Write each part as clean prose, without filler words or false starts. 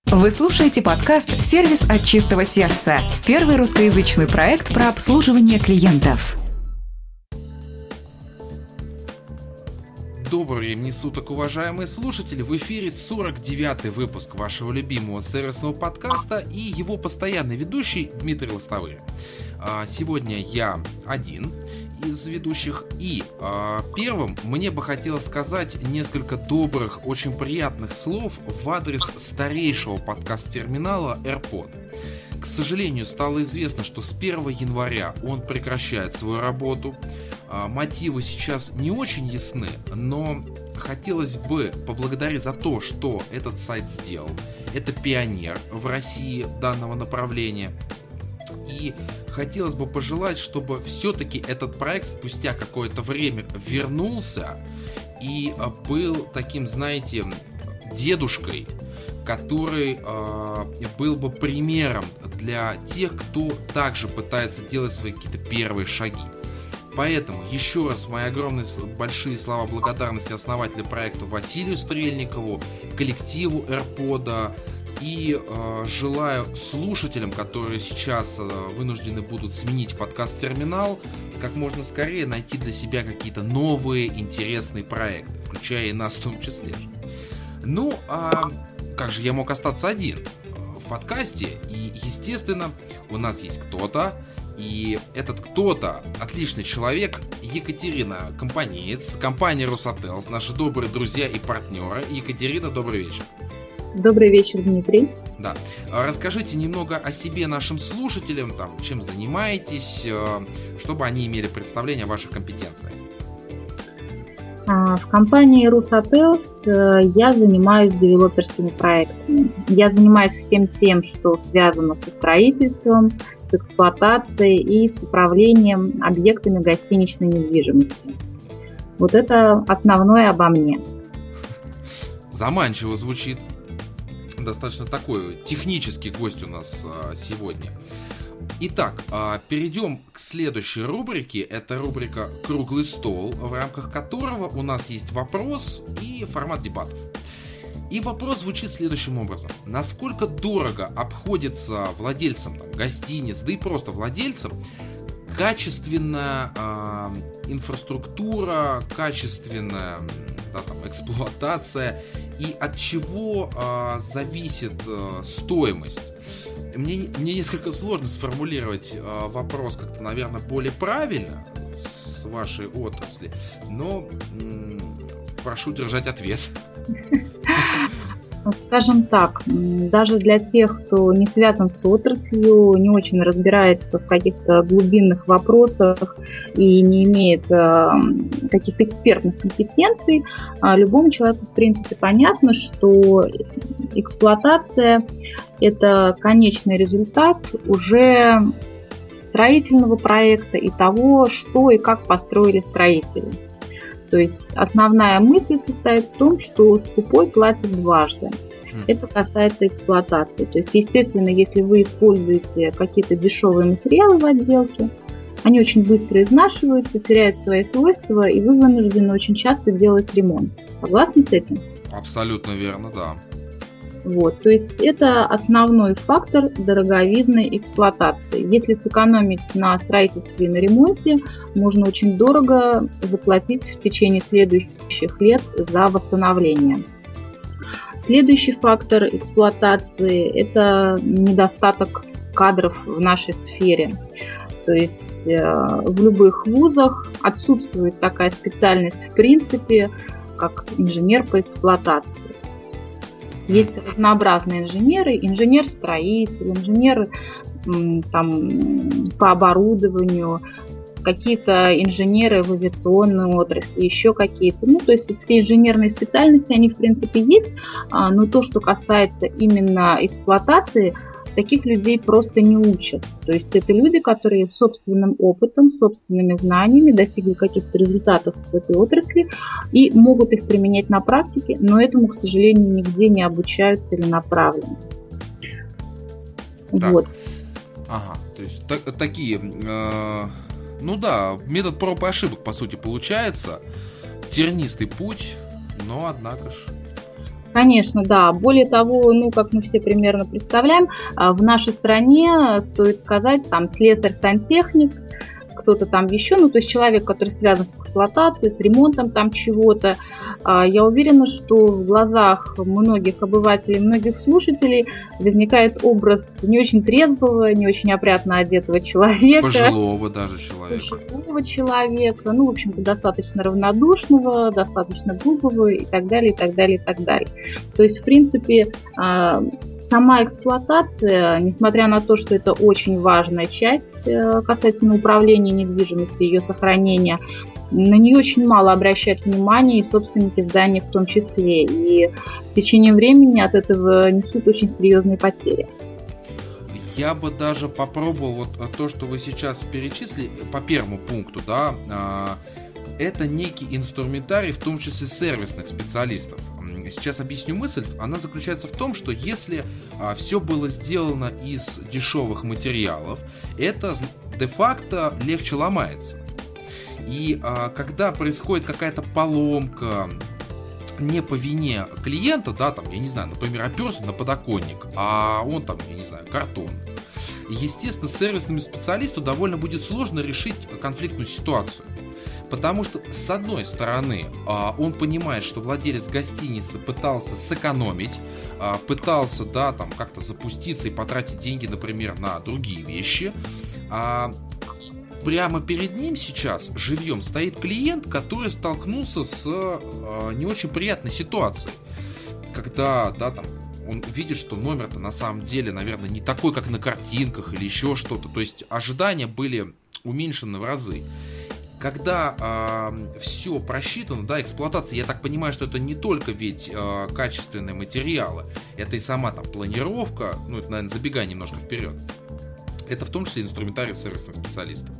Вы слушаете подкаст «Сервис от чистого сердца». Первый русскоязычный проект про обслуживание клиентов. Добрый времени суток, уважаемые слушатели! В эфире 49-й выпуск вашего любимого сервисного подкаста и его постоянный ведущий Дмитрий Лостовырь. Сегодня я один из ведущих, и первым мне бы хотелось сказать несколько добрых, очень приятных слов в адрес старейшего подкаст-терминала AirPod. К сожалению, стало известно, что с 1 января он прекращает свою работу. Мотивы сейчас не очень ясны, но хотелось бы поблагодарить за то, что этот сайт сделал. Это пионер в России данного направления. И хотелось бы пожелать, чтобы все-таки этот проект спустя какое-то время вернулся и был таким, знаете, дедушкой, который был бы примером для тех, кто также пытается делать свои какие-то первые шаги. Поэтому еще раз мои огромные большие слова благодарности основателю проекта Василию Стрельникову, коллективу AirPod, и желаю слушателям, которые сейчас вынуждены будут сменить подкаст-терминал, как можно скорее найти для себя какие-то новые интересные проекты, включая и нас в том числе. Ну, а как же я мог остаться один в подкасте? И, естественно, у нас есть кто-то, и этот кто-то отличный человек, Екатерина Компаниец, компания Русотелс, наши добрые друзья и партнеры. Екатерина, добрый вечер. Добрый вечер, Дмитрий. Да. Расскажите немного о себе нашим слушателям, там, чем занимаетесь, чтобы они имели представление о ваших компетенциях. В компании Русотелс я занимаюсь девелоперскими проектами. Я занимаюсь всем тем, что связано со строительством, с эксплуатацией и с управлением объектами гостиничной недвижимости. Вот это основное обо мне. Заманчиво звучит. Достаточно такой технический гость у нас сегодня. Итак, перейдем к следующей рубрике. Это рубрика «Круглый стол», в рамках которого у нас есть вопрос и формат дебатов. И вопрос звучит следующим образом. Насколько дорого обходится владельцам гостиниц, да и просто владельцам, качественная инфраструктура, качественная эксплуатация, и от чего зависит стоимость? Мне несколько сложно сформулировать вопрос как-то, наверное, более правильно с вашей отрасли, но прошу держать ответ. Скажем так, даже для тех, кто не связан с отраслью, не очень разбирается в каких-то глубинных вопросах и не имеет каких-то экспертных компетенций, любому человеку, в принципе, понятно, что эксплуатация – это конечный результат уже строительного проекта и того, что и как построили строители. То есть основная мысль состоит в том, что скупой платит дважды. Это касается эксплуатации. То есть, естественно, если вы используете какие-то дешевые материалы в отделке, они очень быстро изнашиваются, теряют свои свойства, и вы вынуждены очень часто делать ремонт. Согласны с этим? Абсолютно верно, да. Вот, то есть это основной фактор дороговизны эксплуатации. Если сэкономить на строительстве и на ремонте, можно очень дорого заплатить в течение следующих лет за восстановление. Следующий фактор эксплуатации – это недостаток кадров в нашей сфере. То есть в любых вузах отсутствует такая специальность в принципе, как инженер по эксплуатации. Есть разнообразные инженеры, инженер-строитель, инженер по оборудованию, какие-то инженеры в авиационной отрасли, еще какие-то. То есть все инженерные специальности, они в принципе есть, но то, что касается именно эксплуатации, таких людей просто не учат. То есть это люди, которые собственным опытом, собственными знаниями достигли каких-то результатов в этой отрасли и могут их применять на практике, но этому, к сожалению, нигде не обучают целенаправленно. Вот. Ага, то есть такие, метод проб и ошибок, по сути, получается. Тернистый путь, но, однако ж, Конечно, да. Более того, как мы все примерно представляем, в нашей стране, стоит сказать, там слесарь-сантехник, кто-то там еще, то есть человек, который связан с эксплуатацией, с ремонтом там чего-то. Я уверена, что в глазах многих обывателей, многих слушателей возникает образ не очень трезвого, не очень опрятно одетого человека. Пожилого даже человека. Пожилого человека, в общем-то, достаточно равнодушного, достаточно глупого и так далее, и так далее, и так далее. То есть, в принципе, сама эксплуатация, несмотря на то, что это очень важная часть касательно управления недвижимостью, ее сохранения, на нее очень мало обращают внимание, и собственники зданий в том числе. И с течением времени от этого несут очень серьезные потери. Я бы даже попробовал то, что вы сейчас перечислили по первому пункту, да, это некий инструментарий, в том числе сервисных специалистов. Сейчас объясню мысль. Она заключается в том, что если все было сделано из дешевых материалов, это де-факто легче ломается. И когда происходит какая-то поломка не по вине клиента, да, там, я не знаю, например, оперся на подоконник, а он там, я не знаю, картон. Естественно, сервисному специалисту довольно будет сложно решить конфликтную ситуацию. Потому что, с одной стороны, он понимает, что владелец гостиницы пытался сэкономить, пытался, да, там, как-то запуститься и потратить деньги, например, на другие вещи. Прямо перед ним сейчас живьем стоит клиент, который столкнулся с не очень приятной ситуацией. Когда, да, там, он видит, что номер-то на самом деле, наверное, не такой, как на картинках или еще что-то. То есть ожидания были уменьшены в разы. Когда все просчитано, да, эксплуатация, я так понимаю, что это не только ведь качественные материалы, это и сама там планировка, это, наверное, забегая немножко вперед. Это в том числе инструментарий сервисных специалистов.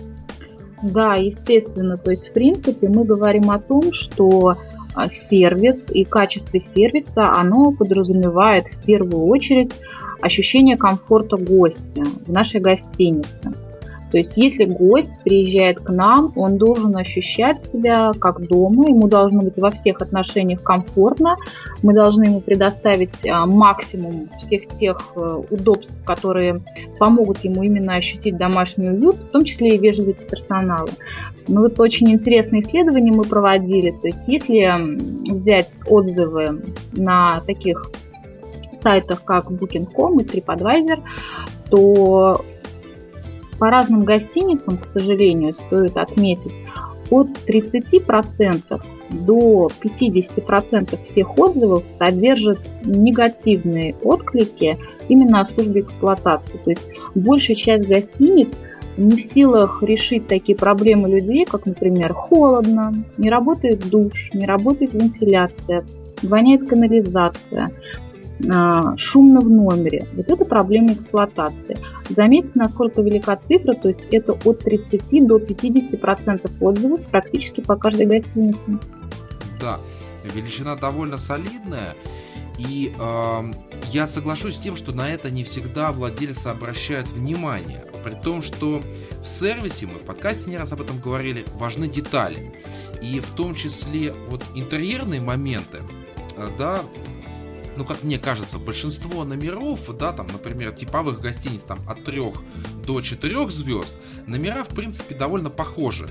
Да, естественно. То есть, в принципе, мы говорим о том, что сервис и качество сервиса, оно подразумевает в первую очередь ощущение комфорта гостя в нашей гостинице. То есть, если гость приезжает к нам, он должен ощущать себя как дома, ему должно быть во всех отношениях комфортно, мы должны ему предоставить максимум всех тех удобств, которые помогут ему именно ощутить домашний уют, в том числе и вежливость персонала. Очень интересное исследование мы проводили, то есть, если взять отзывы на таких сайтах, как Booking.com и TripAdvisor, то по разным гостиницам, к сожалению, стоит отметить, от 30% до 50% всех отзывов содержат негативные отклики именно о службе эксплуатации. То есть большая часть гостиниц не в силах решить такие проблемы людей, как, например, холодно, не работает душ, не работает вентиляция, воняет канализация, шумно в номере. Это проблема эксплуатации. Заметьте, насколько велика цифра, то есть это от 30 до 50% отзывов практически по каждой гостинице. Да, величина довольно солидная, и я соглашусь с тем, что на это не всегда владельцы обращают внимание, при том, что в сервисе, мы в подкасте не раз об этом говорили, важны детали, и в том числе интерьерные моменты, да. Как мне кажется, большинство номеров, да, там, например, типовых гостиниц там, от 3 до 4 звезд, номера, в принципе, довольно похожи.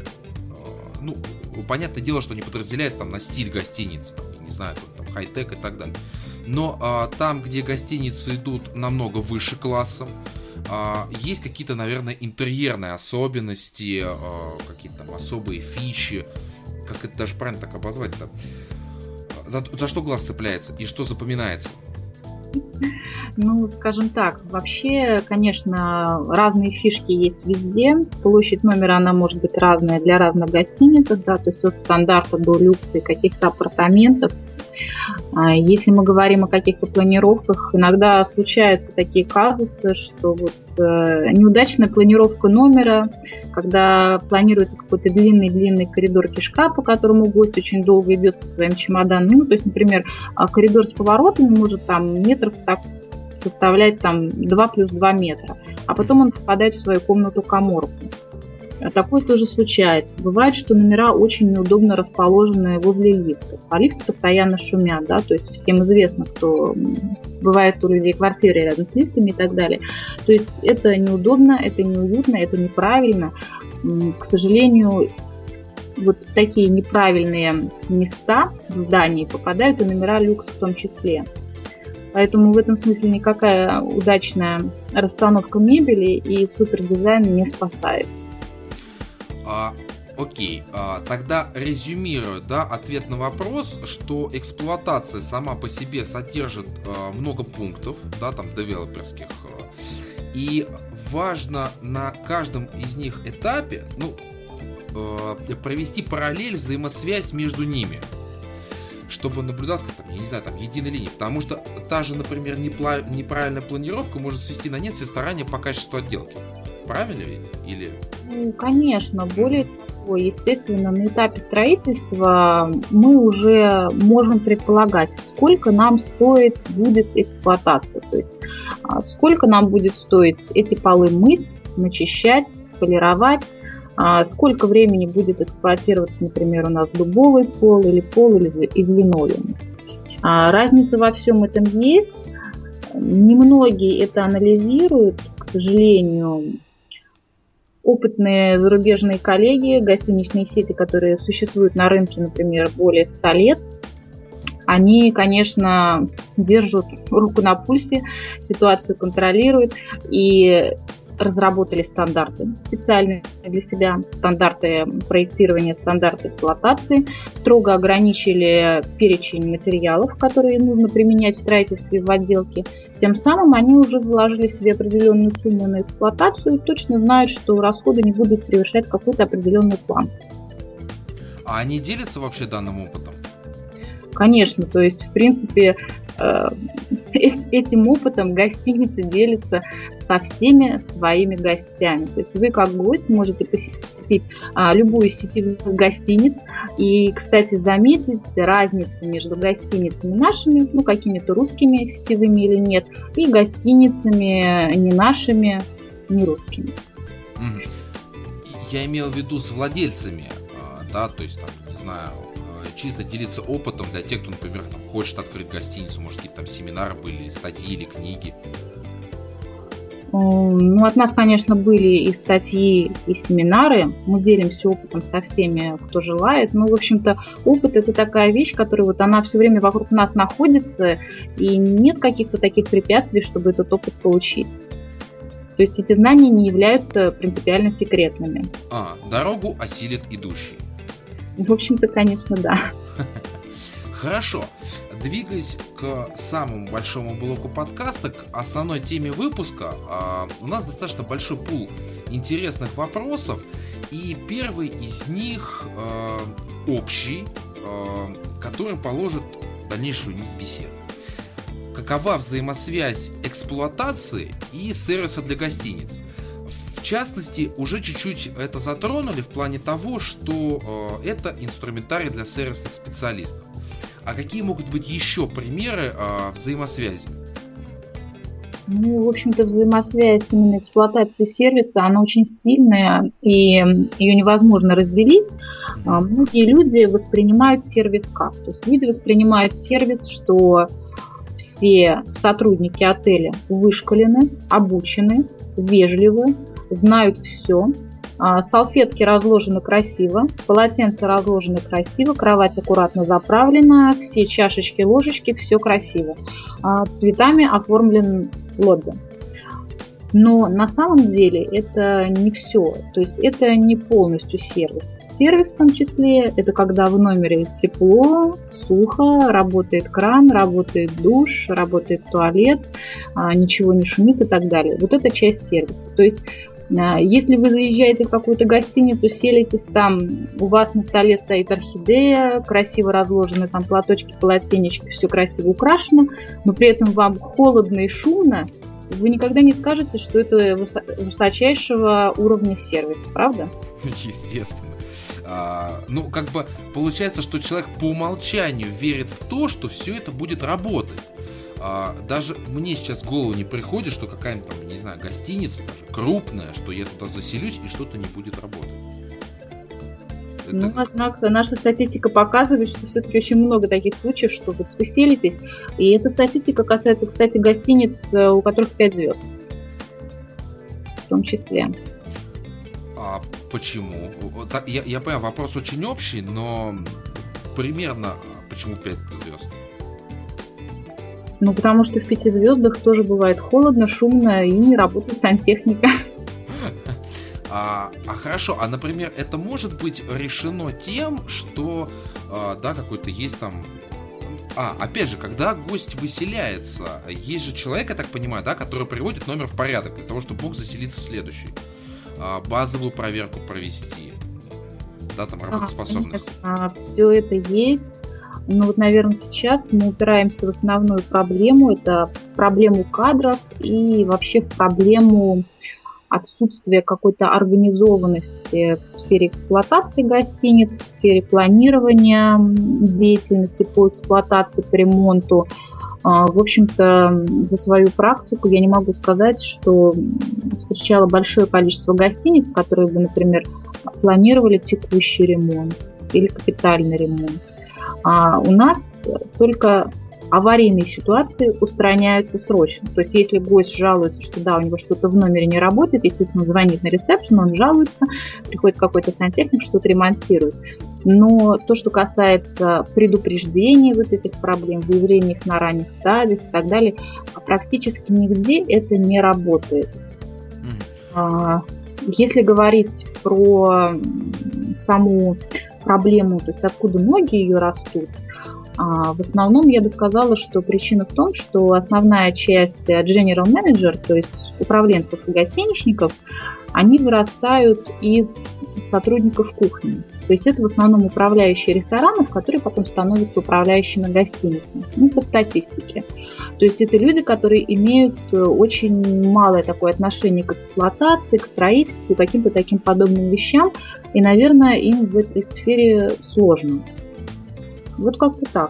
Понятное дело, что они подразделяются там, на стиль гостиниц, там, я не знаю, там, хай-тек и так далее. Но там, где гостиницы идут намного выше классом, есть какие-то, наверное, интерьерные особенности, какие-то там особые фичи, как это даже правильно так обозвать-то? За что глаз цепляется и что запоминается? Скажем так, вообще, конечно, разные фишки есть везде. Площадь номера, она может быть разная для разных гостиниц, да, то есть от стандарта до люкса и каких-то апартаментов. Если мы говорим о каких-то планировках, иногда случаются такие казусы, что неудачная планировка номера, когда планируется какой-то длинный коридор кишка, по которому гость очень долго идет со своим чемоданом. То есть, например, коридор с поворотами может там метров так составлять там 2 плюс 2 метра, а потом он попадает в свою комнату-каморку. Такое тоже случается. Бывает, что номера очень неудобно расположены возле лифта. А лифты постоянно шумят, да, то есть всем известно, кто бывает у людей квартиры рядом с лифтами и так далее. То есть это неудобно, это неуютно, это неправильно. К сожалению, вот в такие неправильные места в здании попадают и номера люкс в том числе. Поэтому в этом смысле никакая удачная расстановка мебели и супердизайн не спасает. Окей, тогда резюмируя, да, ответ на вопрос, что эксплуатация сама по себе содержит много пунктов, да, там, девелоперских, и важно на каждом из них этапе, провести параллель, взаимосвязь между ними, чтобы наблюдалась, там, я не знаю, там, единая линия, потому что та же, например, неправильная планировка может свести на нет все старания по качеству отделки. Правильно ведь? Или... Конечно. Более того, естественно, на этапе строительства мы уже можем предполагать, сколько нам стоить будет эксплуатация. То есть, сколько нам будет стоить эти полы мыть, начищать, полировать, сколько времени будет эксплуатироваться, например, у нас дубовый пол или из линолеума. Разница во всем этом есть. Немногие это анализируют, к сожалению. Опытные зарубежные коллеги, гостиничные сети, которые существуют на рынке, например, более 100 лет, они, конечно, держат руку на пульсе, ситуацию контролируют и разработали стандарты специальные для себя, стандарты проектирования, стандарты эксплуатации, строго ограничили перечень материалов, которые нужно применять в строительстве, в отделке. Тем самым они уже заложили себе определенную сумму на эксплуатацию и точно знают, что расходы не будут превышать какой-то определенный план. А они делятся вообще данным опытом? Конечно, то есть, в принципе, этим опытом гостиница делится со всеми своими гостями. То есть вы как гость можете посетить любую из сетевых гостиниц и, кстати, заметить разницу между гостиницами нашими, какими-то русскими сетевыми или нет, и гостиницами не нашими, не русскими. Я имел в виду с владельцами, да, то есть, там, не знаю, чисто делиться опытом для тех, кто, например, там, хочет открыть гостиницу, может, какие-то там семинары были, статьи или книги. От нас, конечно, были и статьи, и семинары. Мы делимся опытом со всеми, кто желает. В общем-то, опыт – это такая вещь, которая она все время вокруг нас находится, и нет каких-то таких препятствий, чтобы этот опыт получить. То есть эти знания не являются принципиально секретными. Дорогу осилит идущий. В общем-то, конечно, да. Хорошо. Двигаясь к самому большому блоку подкаста, к основной теме выпуска, у нас достаточно большой пул интересных вопросов, и первый из них общий, который положит дальнейшую нить беседы. Какова взаимосвязь эксплуатации и сервиса для гостиниц? В частности, уже чуть-чуть это затронули в плане того, что это инструментарий для сервисных специалистов. А какие могут быть еще примеры взаимосвязи? В общем-то, взаимосвязь именно эксплуатации сервиса, она очень сильная, и ее невозможно разделить. Многие люди воспринимают сервис как? То есть люди воспринимают сервис, что все сотрудники отеля вышколены, обучены, вежливы, знают все. Салфетки разложены красиво, полотенца разложены красиво, кровать аккуратно заправлена, все чашечки, ложечки, все красиво. Цветами оформлен лобби. Но на самом деле это не все, то есть это не полностью сервис. Сервис в том числе это когда в номере тепло, сухо, работает кран, работает душ, работает туалет, ничего не шумит и так далее. Вот это часть сервиса. То есть если вы заезжаете в какую-то гостиницу, селитесь там, у вас на столе стоит орхидея, красиво разложены там платочки, полотенечки, все красиво украшено, но при этом вам холодно и шумно, вы никогда не скажете, что это высочайшего уровня сервис, правда? Естественно. Получается, что человек по умолчанию верит в то, что все это будет работать. Даже мне сейчас в голову не приходит, что какая-нибудь там, не знаю, гостиница даже крупная, что я туда заселюсь и что-то не будет работать. Однако наша статистика показывает, что все-таки очень много таких случаев, что вот вы селитесь. И эта статистика касается, кстати, гостиниц, у которых 5 звезд. В том числе. А почему? Я понимаю, вопрос очень общий, но примерно почему 5 звезд? Ну, потому что в 5 звездах тоже бывает холодно, шумно и не работает сантехника. Хорошо, например, это может быть решено тем, что, какой-то есть там... опять же, когда гость выселяется, есть же человек, я так понимаю, который приводит номер в порядок для того, чтобы мог заселиться следующий. Базовую проверку провести. Там работоспособность. Все это есть. Но вот, наверное, сейчас мы упираемся в основную проблему. Это проблему кадров и вообще в проблему отсутствия какой-то организованности в сфере эксплуатации гостиниц, в сфере планирования деятельности по эксплуатации, по ремонту. В общем-то, за свою практику я не могу сказать, что встречала большое количество гостиниц, которые бы, например, планировали текущий ремонт или капитальный ремонт. У нас только аварийные ситуации устраняются срочно. То есть, если гость жалуется, что у него что-то в номере не работает, естественно, он звонит на ресепшн, он жалуется, приходит какой-то сантехник, что-то ремонтирует. Но то, что касается предупреждения вот этих проблем, выявления их на ранних стадиях и так далее, практически нигде это не работает. Если говорить про саму проблему, то есть откуда ноги ее растут, в основном я бы сказала, что причина в том, что основная часть general manager, то есть управленцев и гостиничников, они вырастают из сотрудников кухни. То есть это в основном управляющие ресторанов, которые потом становятся управляющими гостиницами. По статистике. То есть это люди, которые имеют очень малое такое отношение к эксплуатации, к строительству, к каким-то таким подобным вещам. И, наверное, им в этой сфере сложно. Вот как-то так.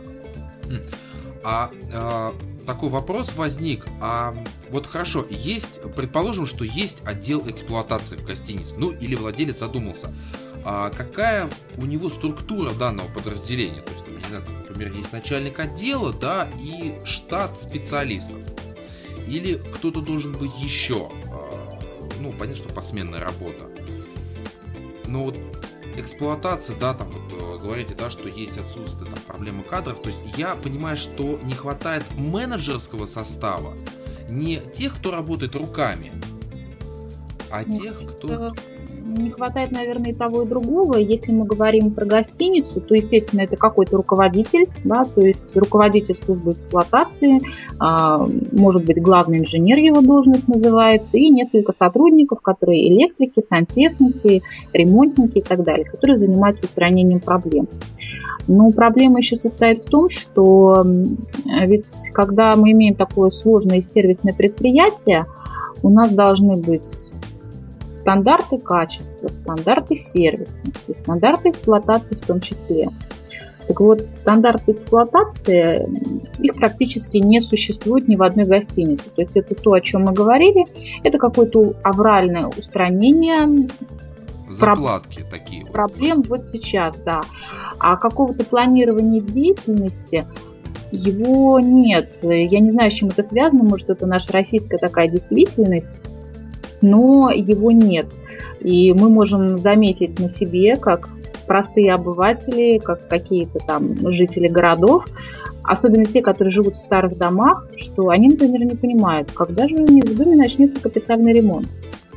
Такой вопрос возник. Вот хорошо, предположим, что есть отдел эксплуатации в гостинице, или владелец задумался. Какая у него структура данного подразделения? То есть, не знаю, например, есть начальник отдела, и штат специалистов. Или кто-то должен быть еще. Понятно, что посменная работа. Но вот эксплуатация, говорите, что есть отсутствие проблемы кадров. То есть я понимаю, что не хватает менеджерского состава, не тех, кто работает руками, а тех, кто... Не хватает, наверное, и того, и другого. Если мы говорим про гостиницу, то, естественно, это какой-то руководитель, то есть руководитель службы эксплуатации, может быть, главный инженер, его должность называется, и несколько сотрудников, которые электрики, сантехники, ремонтники и так далее, которые занимаются устранением проблем. Но проблема еще состоит в том, что ведь когда мы имеем такое сложное сервисное предприятие, у нас должны быть стандарты качества, стандарты сервисности, стандарты эксплуатации в том числе. Так вот, стандарты эксплуатации, их практически не существует ни в одной гостинице. То есть это то, о чем мы говорили, это какое-то авральное устранение заплатки такие проблем вот сейчас, А какого-то планирования деятельности его нет. Я не знаю, с чем это связано, может, это наша российская такая действительность, но его нет. И мы можем заметить на себе, как простые обыватели, как какие-то там жители городов, особенно те, которые живут в старых домах, что они, например, не понимают, когда же у них в доме начнется капитальный ремонт.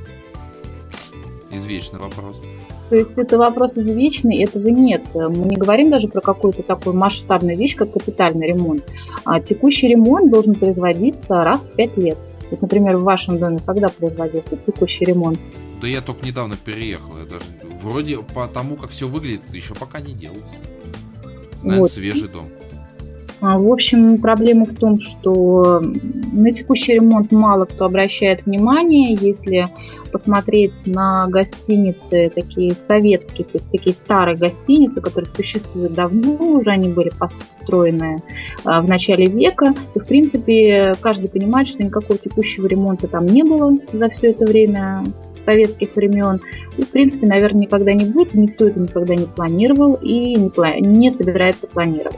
Извечный вопрос. То есть это вопрос извечный, этого нет. Мы не говорим даже про какую-то такую масштабную вещь, как капитальный ремонт. А текущий ремонт должен производиться раз в 5 лет. Вот, например, в вашем доме когда производился текущий ремонт? Да я только недавно переехал. Я даже вроде по тому, как все выглядит, еще пока не делался. Наверное, свежий дом. В общем, проблема в том, что на текущий ремонт мало кто обращает внимание. Если посмотреть на гостиницы, такие советские, то есть такие старые гостиницы, которые существуют давно, уже они были построены в начале века, то, в принципе, каждый понимает, что никакого текущего ремонта там не было за все это время советских времен. И, в принципе, наверное, никогда не будет. Никто это никогда не планировал и не собирается планировать.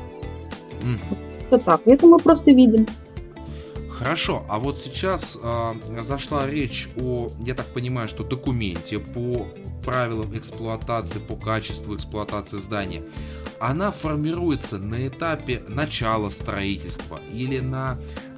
Вот так. Это мы просто видим. Хорошо, а вот сейчас зашла речь о, я так понимаю, что документе по правилам эксплуатации, по качеству эксплуатации здания. Она формируется на этапе начала строительства или на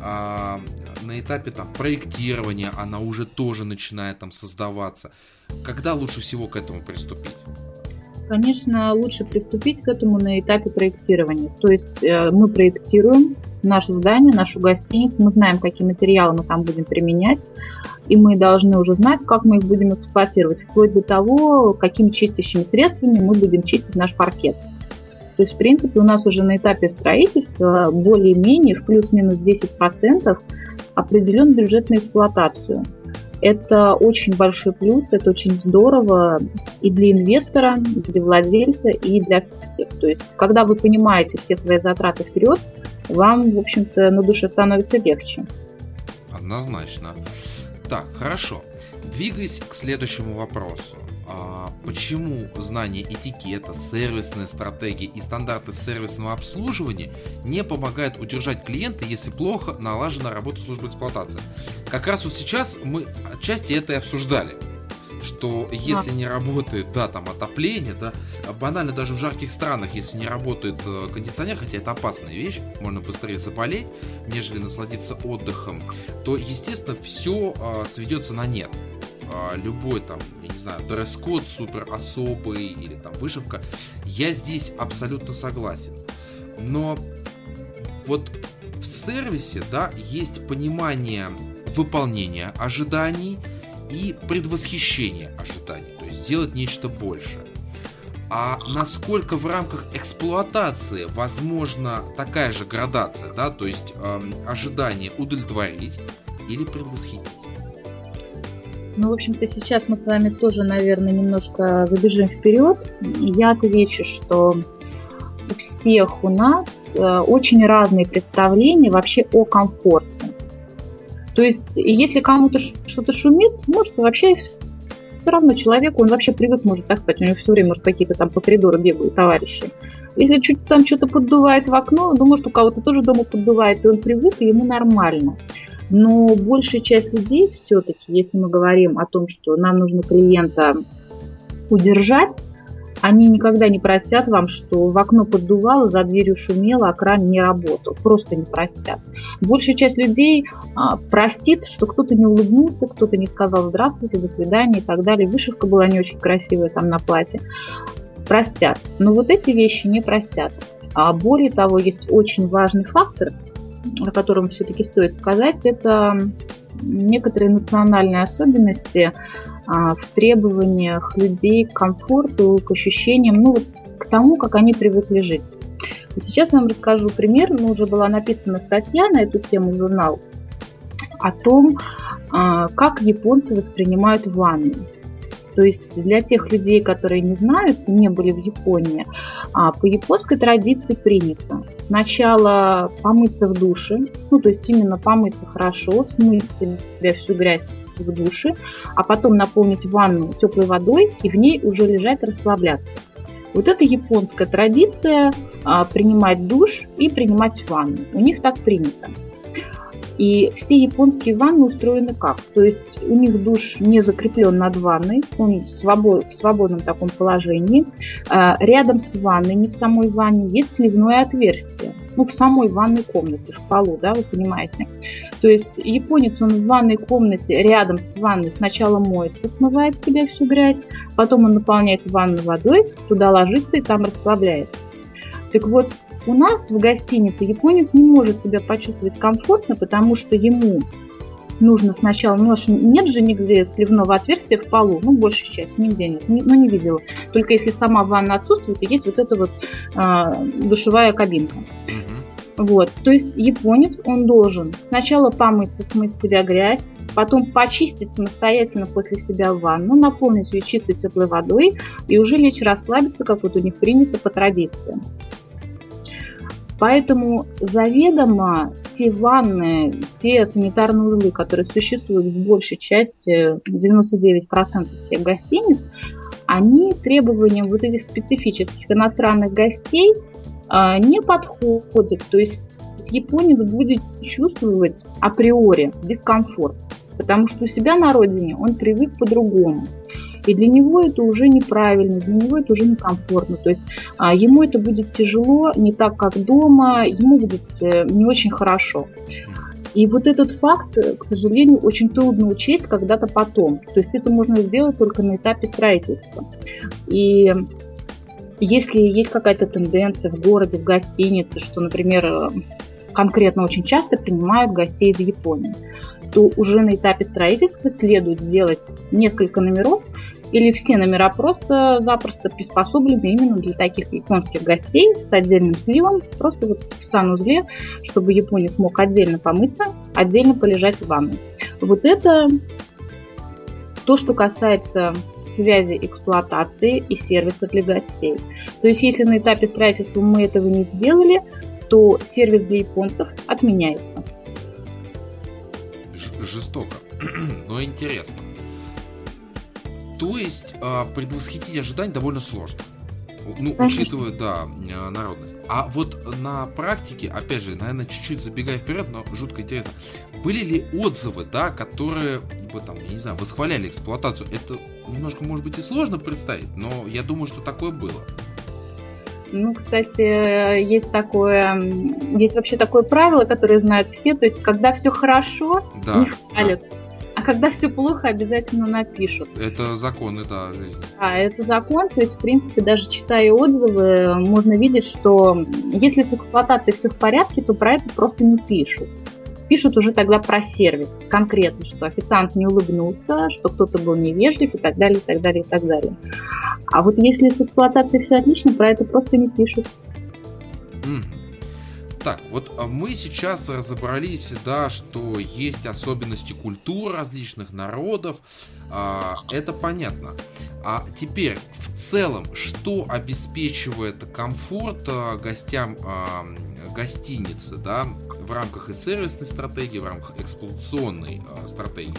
этапе там, проектирования, она уже тоже начинает там создаваться. Когда лучше всего к этому приступить? Конечно, лучше приступить к этому на этапе проектирования. То есть мы проектируем наше здание, нашу гостиницу, мы знаем, какие материалы мы там будем применять, и мы должны уже знать, как мы их будем эксплуатировать, вплоть до того, какими чистящими средствами мы будем чистить наш паркет. То есть, в принципе, у нас уже на этапе строительства более-менее в плюс-минус 10% определен бюджет на эксплуатацию. Это очень большой плюс, это очень здорово и для инвестора, и для владельца, и для всех. То есть, когда вы понимаете все свои затраты вперед, вам, в общем-то, на душе становится легче. Однозначно. Так, хорошо. Двигаясь к следующему вопросу. Почему знание этикета, сервисная стратегия и стандарты сервисного обслуживания не помогают удержать клиента, если плохо налажена работа службы эксплуатации? Как раз вот сейчас мы отчасти это и обсуждали. Что если не работает, да, там отопление, да, банально даже в жарких странах, если не работает кондиционер, хотя это опасная вещь, можно быстрее заболеть, нежели насладиться отдыхом, то, естественно, все сведется на нет. Любой там, я не знаю, дресс-код супер особый или там вышивка, я здесь абсолютно согласен. Но вот в сервисе, да, есть понимание выполнения ожиданий и предвосхищение ожиданий, то есть сделать нечто большее. А насколько в рамках эксплуатации возможна такая же градация, да, то есть ожидание удовлетворить или предвосхитить? Ну, в общем-то, сейчас мы с вами тоже, наверное, немножко забежим вперед. Я отвечу, что у всех у нас очень разные представления вообще о комфорте. То есть, если кому-то что-то шумит, может, вообще все равно человеку, он вообще привык, может так сказать, у него все время, может, какие-то там по коридору бегают товарищи. Если чуть там что-то поддувает в окно, ну, может, у кого-то тоже дома поддувает, и он привык, и ему нормально. Но большая часть людей все-таки, если мы говорим о том, что нам нужно клиента удержать, они никогда не простят вам, что в окно поддувало, за дверью шумело, а кран не работал. Просто не простят. Большая часть людей простит, что кто-то не улыбнулся, кто-то не сказал здравствуйте, до свидания и так далее. Вышивка была не очень красивая там на платье. Простят. Но вот эти вещи не простят. Более того, есть очень важный фактор, о котором все-таки стоит сказать, это некоторые национальные особенности в требованиях людей к комфорту, к ощущениям, ну вот к тому, как они привыкли жить. И сейчас я вам расскажу пример, уже была написана статья на эту тему в журнал о том, как японцы воспринимают ванну. То есть для тех людей, которые не знают, не были в Японии, по японской традиции принято сначала помыться в душе, ну то есть именно помыться хорошо, смыть с себя всю грязь в душе, а потом наполнить ванну теплой водой и в ней уже лежать, расслабляться. Вот это японская традиция принимать душ и принимать ванну. У них так принято. И все японские ванны устроены как? То есть у них душ не закреплен над ванной, он в свободном таком положении. Рядом с ванной, не в самой ванне, есть сливное отверстие. Ну, в самой ванной комнате, в полу, да, вы понимаете. То есть японец, он в ванной комнате рядом с ванной сначала моется, смывает с себя всю грязь, потом он наполняет ванну водой, туда ложится и там расслабляется. Так вот, у нас в гостинице японец не может себя почувствовать комфортно, потому что ему нужно сначала, нет же нигде сливного отверстия в полу, большая часть, нигде нет, не видела. Только если сама ванна отсутствует, и есть вот эта вот душевая кабинка. Вот. То есть японец, он должен сначала помыться, смыть с себя грязь, потом почистить самостоятельно после себя ванну, наполнить ее чистой теплой водой и уже лечь расслабиться, как вот у них принято по традициям. Поэтому заведомо те ванны, те санитарные узлы, которые существуют в большей части, 99% всех гостиниц, они требованиям вот этих специфических иностранных гостей не подходят. То есть японец будет чувствовать априори дискомфорт, потому что у себя на родине он привык по-другому. И для него это уже неправильно, для него это уже некомфортно. То есть ему это будет тяжело, не так, как дома, ему будет не очень хорошо. И вот этот факт, к сожалению, очень трудно учесть когда-то потом. То есть это можно сделать только на этапе строительства. И если есть какая-то тенденция в городе, в гостинице, что, например, конкретно очень часто принимают гостей из Японии, то уже на этапе строительства следует сделать несколько номеров, или все номера просто-запросто приспособлены именно для таких японских гостей с отдельным сливом, просто вот в санузле, чтобы японец мог отдельно помыться, отдельно полежать в ванной. Вот это то, что касается связи эксплуатации и сервиса для гостей. То есть если на этапе строительства мы этого не сделали, то сервис для японцев отменяется. Жестоко, но интересно. То есть предвосхитить ожидания довольно сложно. Ну, учитывая, да, народность. А вот на практике, опять же, наверное, чуть-чуть забегая вперед, но жутко интересно, были ли отзывы, да, которые, там, я не знаю, восхваляли эксплуатацию? Это немножко, может быть, и сложно представить, но я думаю, что такое было. Ну, кстати, есть вообще такое правило, которое знают все, то есть, когда все хорошо, да, не хвалят. Да. А когда все плохо, обязательно напишут. Это законы, да, жизни. Да, это закон. То есть, в принципе, даже читая отзывы, можно видеть, что если с эксплуатацией все в порядке, то про это просто не пишут. Пишут уже тогда про сервис конкретно, что официант не улыбнулся, что кто-то был невежлив и так далее, и так далее, и так далее. А вот если с эксплуатацией все отлично, про это просто не пишут. Так, вот мы сейчас разобрались, да, что есть особенности культур различных народов, это понятно. А теперь, в целом, что обеспечивает комфорт гостям гостиницы, да, в рамках и сервисной стратегии, в рамках эксплуатационной стратегии?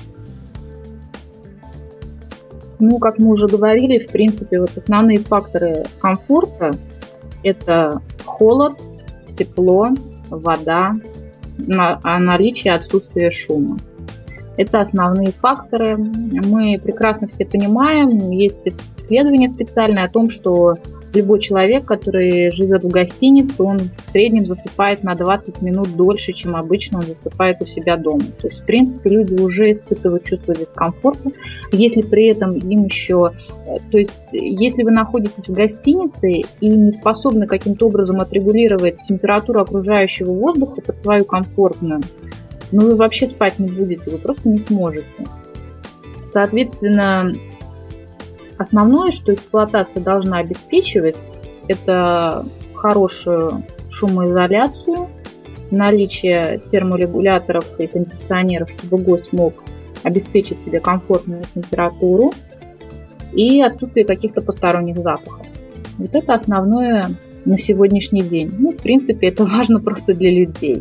Ну, как мы уже говорили, в принципе, вот основные факторы комфорта – это холод, тепло, вода, наличие и отсутствие шума. Это основные факторы. Мы прекрасно все понимаем, есть исследования специальные о том, что любой человек, который живет в гостинице, он в среднем засыпает на 20 минут дольше, чем обычно он засыпает у себя дома. То есть, в принципе, люди уже испытывают чувство дискомфорта. Если при этом им еще... То есть, если вы находитесь в гостинице и не способны каким-то образом отрегулировать температуру окружающего воздуха под свою комфортную, ну вы вообще спать не будете, вы просто не сможете. Соответственно, основное, что эксплуатация должна обеспечивать, это хорошую шумоизоляцию, наличие терморегуляторов и кондиционеров, чтобы гость мог обеспечить себе комфортную температуру и отсутствие каких-то посторонних запахов. Вот это основное на сегодняшний день. Ну, в принципе, это важно просто для людей.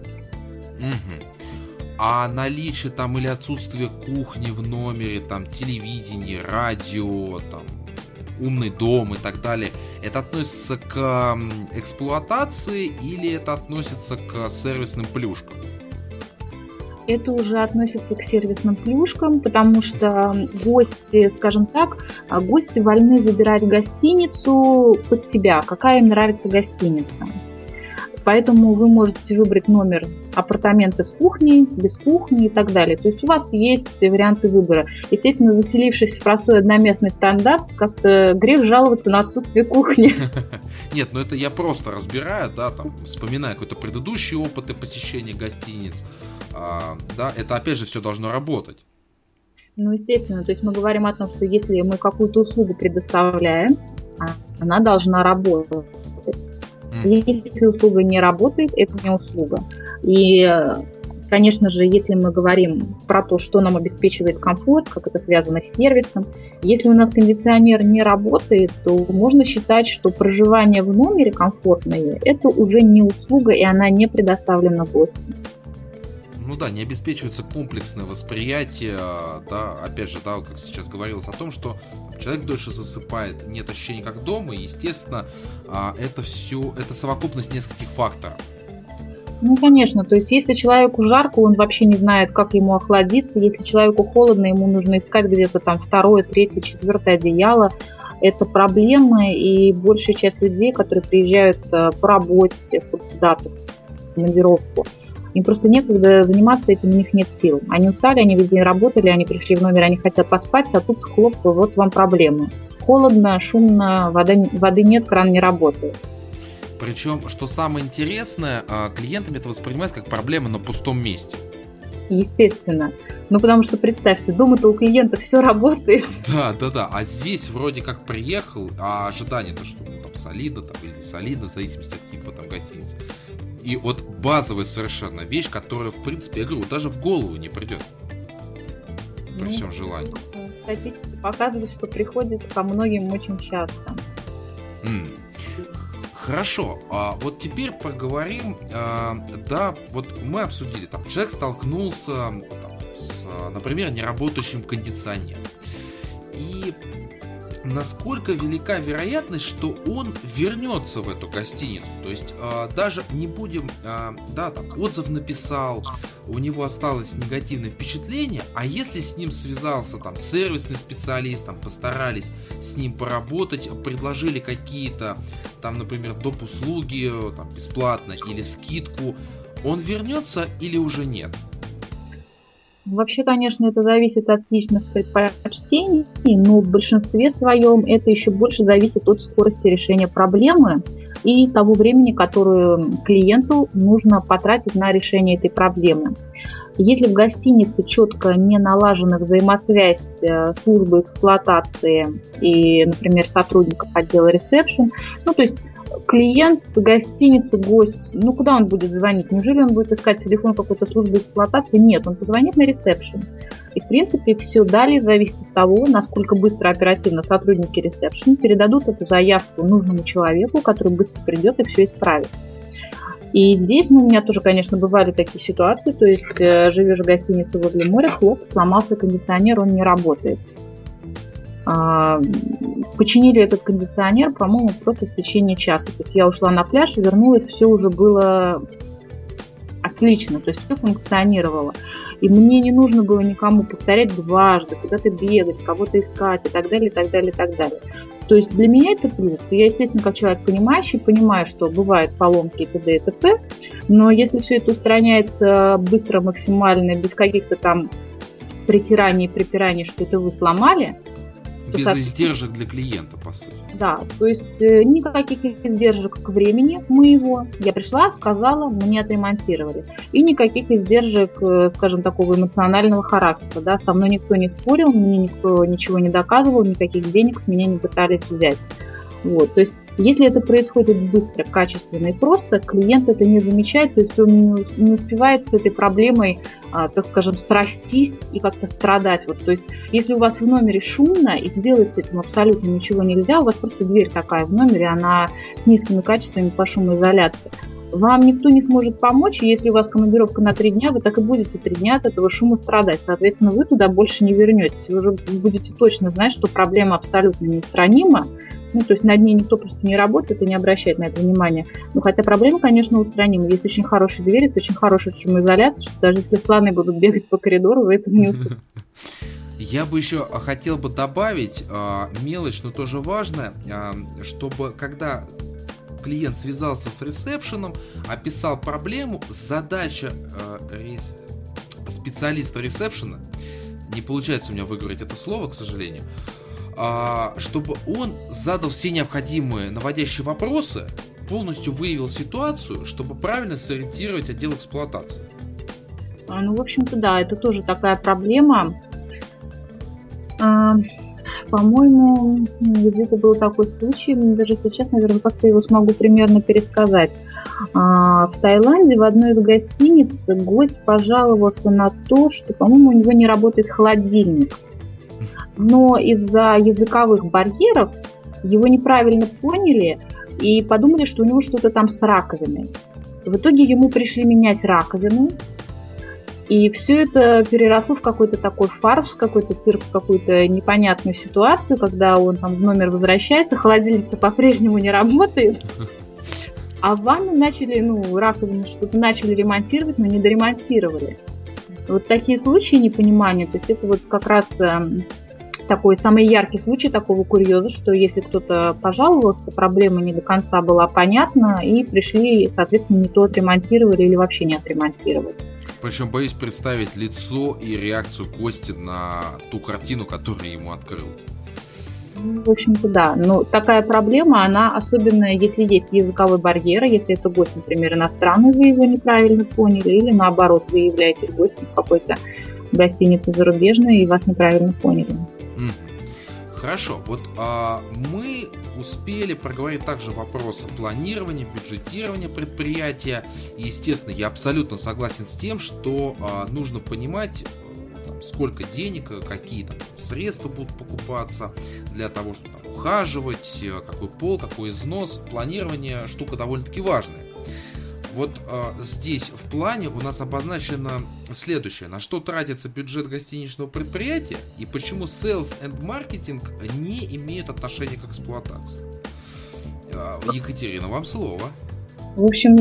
А наличие там или отсутствие кухни в номере, там телевидение, радио, там умный дом и так далее, это относится к эксплуатации или это относится к сервисным плюшкам? Это уже относится к сервисным плюшкам, потому что гости, скажем так, гости вольны выбирать гостиницу под себя, какая им нравится гостиница. Поэтому вы можете выбрать номер апартаменты с кухней, без кухни и так далее. То есть у вас есть варианты выбора. Естественно, заселившись в простой одноместный стандарт, как-то грех жаловаться на отсутствие кухни. Нет, ну это я просто разбираю, да, там, вспоминая какой-то предыдущий опыт посещения гостиниц. Да, это опять же все должно работать. Ну, естественно, то есть мы говорим о том, что если мы какую-то услугу предоставляем, она должна работать. Если услуга не работает, это не услуга. И, конечно же, если мы говорим про то, что нам обеспечивает комфорт, как это связано с сервисом, если у нас кондиционер не работает, то можно считать, что проживание в номере комфортное – это уже не услуга, и она не предоставлена гостю. Ну да, не обеспечивается комплексное восприятие, да, опять же, да, как сейчас говорилось о том, что человек дольше засыпает, нет ощущения как дома, и, естественно, это совокупность нескольких факторов. Ну, конечно, то есть если человеку жарко, он вообще не знает, как ему охладиться, если человеку холодно, ему нужно искать где-то там 2, 3, 4 одеяло. Это проблемы, и большая часть людей, которые приезжают по работе, куда-то, в командировку, им просто некогда заниматься этим, у них нет сил. Они устали, они весь день работали, они пришли в номер, они хотят поспать, а тут хлоп, вот вам проблемы. Холодно, шумно, воды нет, кран не работает. Причем, что самое интересное, клиентам это воспринимают как проблемы на пустом месте. Естественно. Ну, потому что, представьте, дома-то у клиента все работает. Да. А здесь вроде как приехал, а ожидание-то, что там солидно там, или не солидно, в зависимости от типа там гостиницы. И вот базовая совершенно вещь, которая, в принципе, я говорю, даже в голову не придет. При всем желании. Статистика показывает, что приходит ко многим очень часто. Хорошо, вот теперь поговорим, да, вот мы обсудили, там, человек столкнулся там, с, например, неработающим кондиционером. И насколько велика вероятность, что он вернется в эту гостиницу? То есть даже не будем, да, там, отзыв написал, у него осталось негативное впечатление, а если с ним связался там сервисный специалист, там, постарались с ним поработать, предложили какие-то там, например, доп. Услуги там, бесплатно или скидку, он вернется или уже нет? Вообще, конечно, это зависит от личных предпочтений, но в большинстве своем это еще больше зависит от скорости решения проблемы и того времени, которое клиенту нужно потратить на решение этой проблемы. Если в гостинице четко не налажена взаимосвязь службы эксплуатации и, например, сотрудников отдела ресепшн, ну, то есть клиент гостиницы, гость, ну, куда он будет звонить? Неужели он будет искать телефон какой-то службы эксплуатации? Нет, он позвонит на ресепшн. И, в принципе, все далее зависит от того, насколько быстро, оперативно сотрудники ресепшн передадут эту заявку нужному человеку, который быстро придет и все исправит. И здесь, у меня тоже, конечно, бывали такие ситуации, то есть живешь в гостинице возле моря, хлоп, сломался кондиционер, он не работает. Починили этот кондиционер, по-моему, просто в течение часа. То есть я ушла на пляж и вернулась, все уже было отлично, то есть все функционировало. И мне не нужно было никому повторять дважды, куда-то бегать, кого-то искать и так далее, и так далее, и так далее. То есть для меня это плюс. Я, естественно, как человек понимающий, понимаю, что бывают поломки и т.д. и т.п., но если все это устраняется быстро, максимально, без каких-то там притираний и припираний, что это вы сломали. Без издержек для клиента, по сути. Да, то есть никаких издержек к времени моего. Я пришла, сказала, мне отремонтировали. И никаких издержек, скажем, такого эмоционального характера. Да? Со мной никто не спорил, мне никто ничего не доказывал, никаких денег с меня не пытались взять. Вот, то есть если это происходит быстро, качественно и просто, клиент это не замечает, то есть он не успевает с этой проблемой, так скажем, срастись и как-то страдать. Вот, то есть если у вас в номере шумно и сделать с этим абсолютно ничего нельзя, у вас просто дверь такая в номере, она с низкими качествами по шумоизоляции. Вам никто не сможет помочь, и если у вас командировка на 3 дня, вы так и будете 3 дня от этого шума страдать. Соответственно, вы туда больше не вернетесь. Вы уже будете точно знать, что проблема абсолютно неустранима. Ну, то есть над ней никто просто не работает и не обращает на это внимания. Ну, хотя проблема, конечно, устранима. Есть очень хорошие двери, есть очень хорошая шумоизоляция, что даже если слоны будут бегать по коридору, вы этого не услышите. Я бы еще хотел бы добавить мелочь, но тоже важная, чтобы когда клиент связался с ресепшеном, описал проблему, задача специалиста ресепшена, не получается у меня выговорить это слово, к сожалению, чтобы он задал все необходимые наводящие вопросы, полностью выявил ситуацию, чтобы правильно сориентировать отдел эксплуатации. Ну, в общем-то, да, это тоже такая проблема. по-моему, где-то был такой случай, даже сейчас, наверное, как-то его смогу примерно пересказать. В Таиланде в одной из гостиниц гость пожаловался на то, что, по-моему, у него не работает холодильник. Но из-за языковых барьеров его неправильно поняли и подумали, что у него что-то там с раковиной. В итоге ему пришли менять раковину, и все это переросло в какой-то такой фарс, какой-то цирк, какую-то непонятную ситуацию, когда он там в номер возвращается, холодильник-то по-прежнему не работает, а в ванну начали, раковину что-то начали ремонтировать, но не доремонтировали. Вот такие случаи непонимания, то есть это вот как раз такой самый яркий случай такого курьеза, что если кто-то пожаловался, проблема не до конца была понятна, и пришли, соответственно, не то отремонтировали или вообще не отремонтировали. Причем боюсь представить лицо и реакцию Кости на ту картину, которая ему открылась. В общем-то, да. Но такая проблема, она особенно, если есть языковой барьер, если это гость, например, иностранный, вы его неправильно поняли, или наоборот, вы являетесь гостем в какой-то гостинице зарубежной и вас неправильно поняли. Хорошо, вот мы успели проговорить также вопросы планирования, бюджетирования предприятия. И, естественно, я абсолютно согласен с тем, что нужно понимать, сколько денег, какие там средства будут покупаться для того, чтобы ухаживать, какой пол, какой износ. Планирование штука довольно-таки важная. Вот здесь в плане у нас обозначено следующее. На что тратится бюджет гостиничного предприятия и почему sales and marketing не имеют отношения к эксплуатации. Екатерина, вам слово. В общем,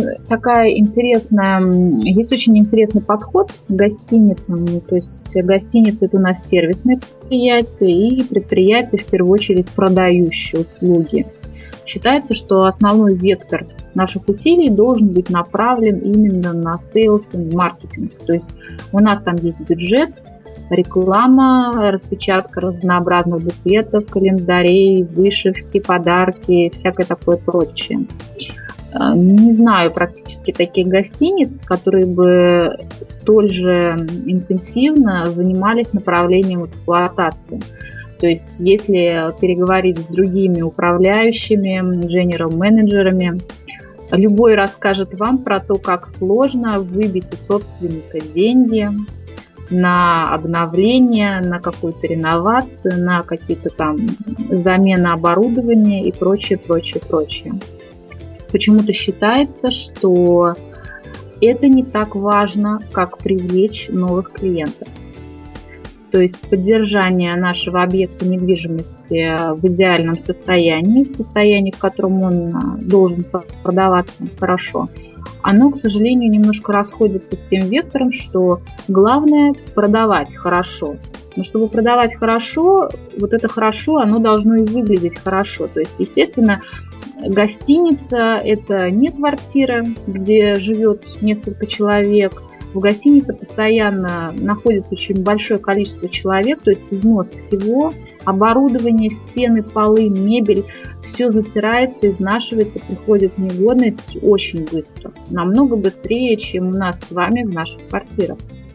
есть очень интересный подход к гостиницам. То есть гостиницы — это у нас сервисные предприятия и предприятия, в первую очередь, продающие услуги. Считается, что основной вектор наших усилий должен быть направлен именно на sales и маркетинг. То есть у нас там есть бюджет, реклама, распечатка разнообразных буклетов, календарей, вышивки, подарки, всякое такое прочее. Не знаю практически таких гостиниц, которые бы столь же интенсивно занимались направлением эксплуатации. То есть, если переговорить с другими управляющими, инженером-менеджерами, любой расскажет вам про то, как сложно выбить у собственника деньги на обновление, на какую-то реновацию, на какие-то там замены оборудования и прочее. Почему-то считается, что это не так важно, как привлечь новых клиентов. То есть поддержание нашего объекта недвижимости в идеальном состоянии, в состоянии, в котором он должен продаваться хорошо, оно, к сожалению, немножко расходится с тем вектором, что главное продавать хорошо. Но чтобы продавать хорошо, вот это хорошо, оно должно и выглядеть хорошо. То есть, естественно, гостиница – это не квартира, где живет несколько человек. В гостинице постоянно находится очень большое количество человек, то есть износ всего, оборудование, стены, полы, мебель, все затирается, изнашивается, приходит в негодность очень быстро. Намного быстрее, чем у нас с вами в наших квартирах.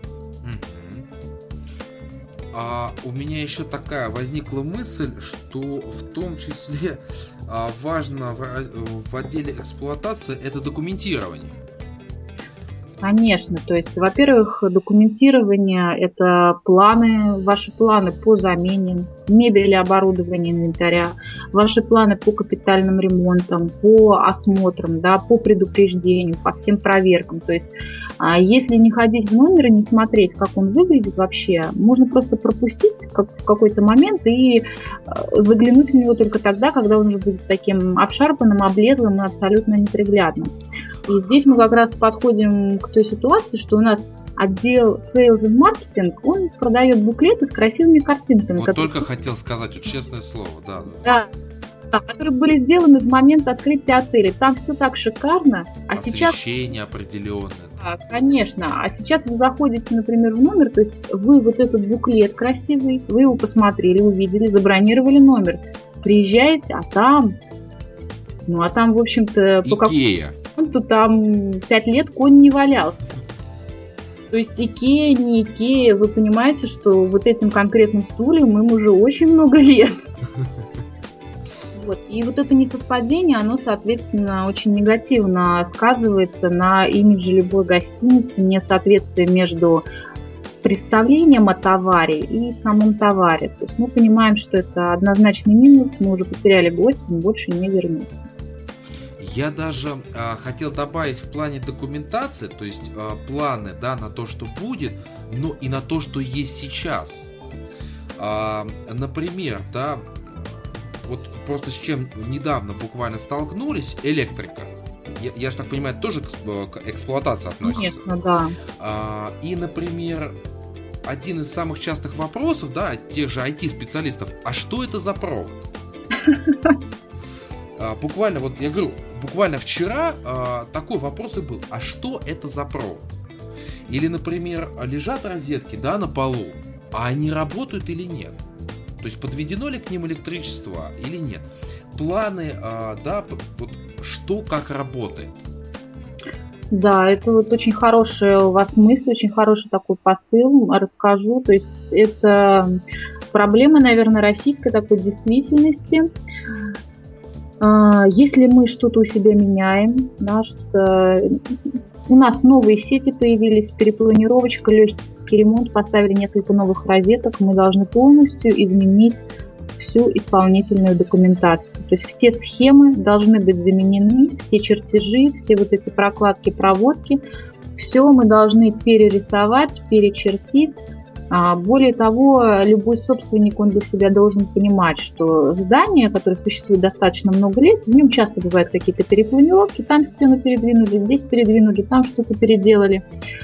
У меня еще такая возникла мысль, что в том числе важно в отделе эксплуатации это документирование. Конечно, то есть, во-первых, документирование – это ваши планы по замене мебели, оборудования, инвентаря, ваши планы по капитальным ремонтам, по осмотрам, по предупреждению, по всем проверкам. То есть, если не ходить в номер и не смотреть, как он выглядит вообще, можно просто пропустить в какой-то момент и заглянуть в него только тогда, когда он уже будет таким обшарпанным, облезлым и абсолютно неприглядным. И здесь мы как раз подходим к той ситуации, что у нас отдел Sales and Marketing, он продает буклеты с красивыми картинками. Вот только хотел сказать, вот честное слово, да, которые были сделаны в момент открытия отеля. Там все так шикарно. Освещение определенное. Да, конечно. А сейчас вы заходите, например, в номер, то есть вы вот этот буклет красивый, вы его посмотрели, увидели, забронировали номер. Приезжаете, а там, в общем-то, Икея. то там 5 лет конь не валялся. То То есть Икея, не Икея, вы понимаете, что вот этим конкретным стульям им уже очень много лет. Вот. И вот это несовпадение, оно, соответственно, очень негативно сказывается на имидже любой гостиницы, несоответствие между представлением о товаре и самом товаре. То есть мы понимаем, что это однозначный минус, мы уже потеряли гостя, мы больше не вернемся. Я даже хотел добавить в плане документации, то есть планы, да, на то, что будет, но и на то, что есть сейчас. Например, да, вот просто с чем недавно буквально столкнулись, электрика. Я же так понимаю, тоже к эксплуатации относится. Конечно, да. И, например, один из самых частых вопросов, да, от тех же IT-специалистов, а что это за провод? Буквально, вот я говорю, буквально вчера такой вопрос и был, а что это за провод? Или, например, лежат розетки, да, на полу, а они работают или нет? То есть подведено ли к ним электричество или нет? Планы, да, вот что как работает? Да, это вот очень хорошая у вас мысль, очень хороший такой посыл, расскажу. То есть это проблема, наверное, российской такой действительности. Если мы что-то у себя меняем, да, что у нас новые сети появились, перепланировочка, легкий ремонт, поставили несколько новых розеток, мы должны полностью изменить всю исполнительную документацию. То есть все схемы должны быть заменены, все чертежи, все вот эти прокладки, проводки, все мы должны перерисовать, перечертить. Более того, любой собственник, он для себя должен понимать, что здание, которое существует достаточно много лет, в нем часто бывают какие-то перепланировки, там стену передвинули, здесь передвинули, там что-то переделали.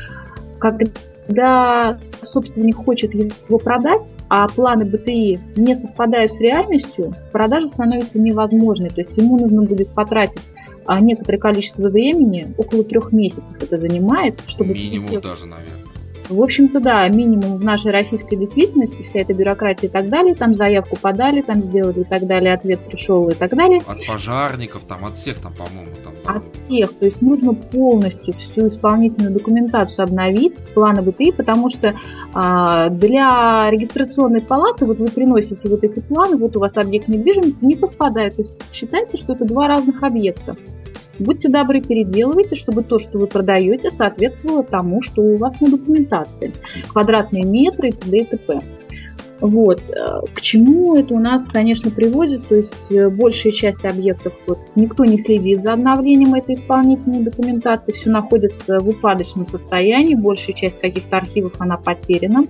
Когда собственник хочет его продать, а планы БТИ не совпадают с реальностью, продажа становится невозможной. То есть ему нужно будет потратить некоторое количество времени, около 3 месяцев это занимает, чтобы... Минимум даже, наверное. В общем-то, да, минимум в нашей российской действительности, вся эта бюрократия и так далее, там заявку подали, там сделали и так далее, ответ пришел и так далее. От пожарников, там, от всех, там, по-моему, там. Да. От всех, то есть нужно полностью всю исполнительную документацию обновить, планы БТИ, потому что для регистрационной палаты, вот вы приносите вот эти планы, вот у вас объект недвижимости не совпадает, то есть считайте, что это 2 разных объекта. Будьте добры, переделывайте, чтобы то, что вы продаете, соответствовало тому, что у вас на документации. Квадратные метры и т.д. и т.п. Вот. К чему это у нас, конечно, приводит? То есть большая часть объектов, вот, никто не следит за обновлением этой исполнительной документации, все находится в упадочном состоянии, большая часть каких-то архивов, она потеряна.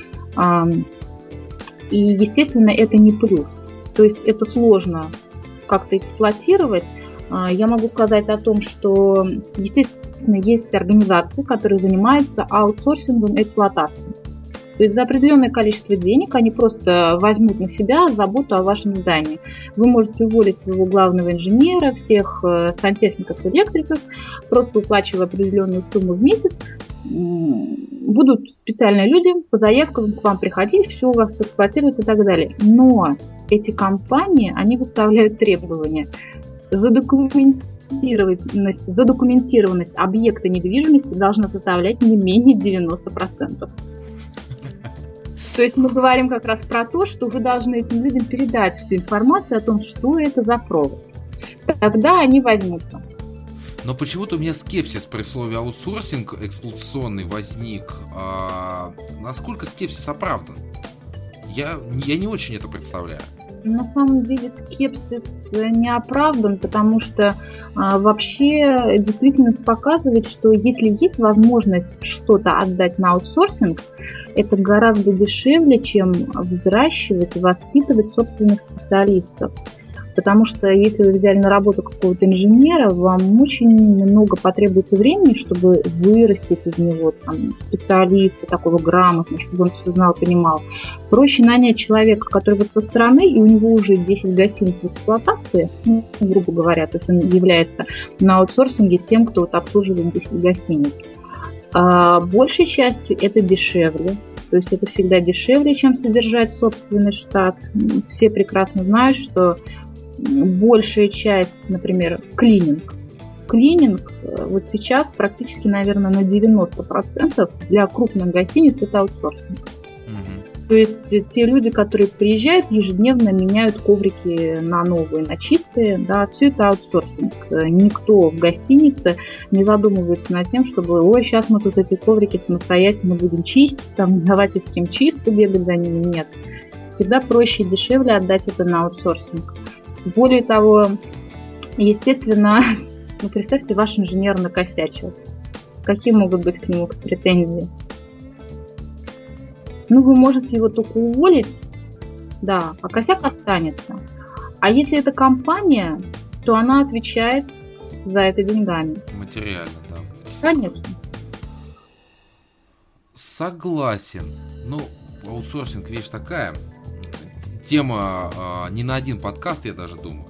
И, естественно, это не плюс. То есть это сложно как-то эксплуатировать. Я могу сказать о том, что, естественно, есть организации, которые занимаются аутсорсингом эксплуатации. То есть за определенное количество денег они просто возьмут на себя заботу о вашем здании. Вы можете уволить своего главного инженера, всех сантехников, электриков, просто уплачивая определенную сумму в месяц. Будут специальные люди по заявкам к вам приходить, все у вас эксплуатировать и так далее. Но эти компании, они выставляют требования. Задокументированность объекта недвижимости должна составлять не менее 90%. То есть мы говорим как раз про то, что вы должны этим людям передать всю информацию о том, что это за провод. Тогда они возьмутся. Но почему-то у меня скепсис при слове аутсорсинг эксплуатационный возник. Насколько скепсис оправдан? Я не очень это представляю. На самом деле скепсис не оправдан, потому что вообще действительность показывает, что если есть возможность что-то отдать на аутсорсинг, это гораздо дешевле, чем взращивать, воспитывать собственных специалистов. Потому что если вы взяли на работу какого-то инженера, вам очень много потребуется времени, чтобы вырастить из него там, специалиста такого грамотного, чтобы он все знал, понимал. Проще нанять человека, который вот со стороны, и у него уже 10 гостиниц в эксплуатации, ну, грубо говоря, то есть он является на аутсорсинге тем, кто вот обслуживает 10 гостиниц. Большей частью это дешевле. То есть это всегда дешевле, чем содержать собственный штат. Все прекрасно знают, что большая часть, например, клининг, клининг вот сейчас практически, наверное, на 90% для крупных гостиниц это аутсорсинг. То есть те люди, которые приезжают, ежедневно меняют коврики на новые, на чистые, да, все это аутсорсинг. Никто в гостинице не задумывается над тем, чтобы, сейчас мы тут эти коврики самостоятельно будем чистить, там, давайте в химчистку бегать за ними. Нет. Всегда проще и дешевле отдать это на аутсорсинг. Более того, естественно, представьте, ваш инженер накосячил. Какие могут быть к нему претензии? Вы можете его только уволить, да, а косяк останется. А если это компания, то она отвечает за это деньгами. Материально, да. Конечно. Согласен. Аутсорсинг вещь такая. Тема не на один подкаст, я даже думаю.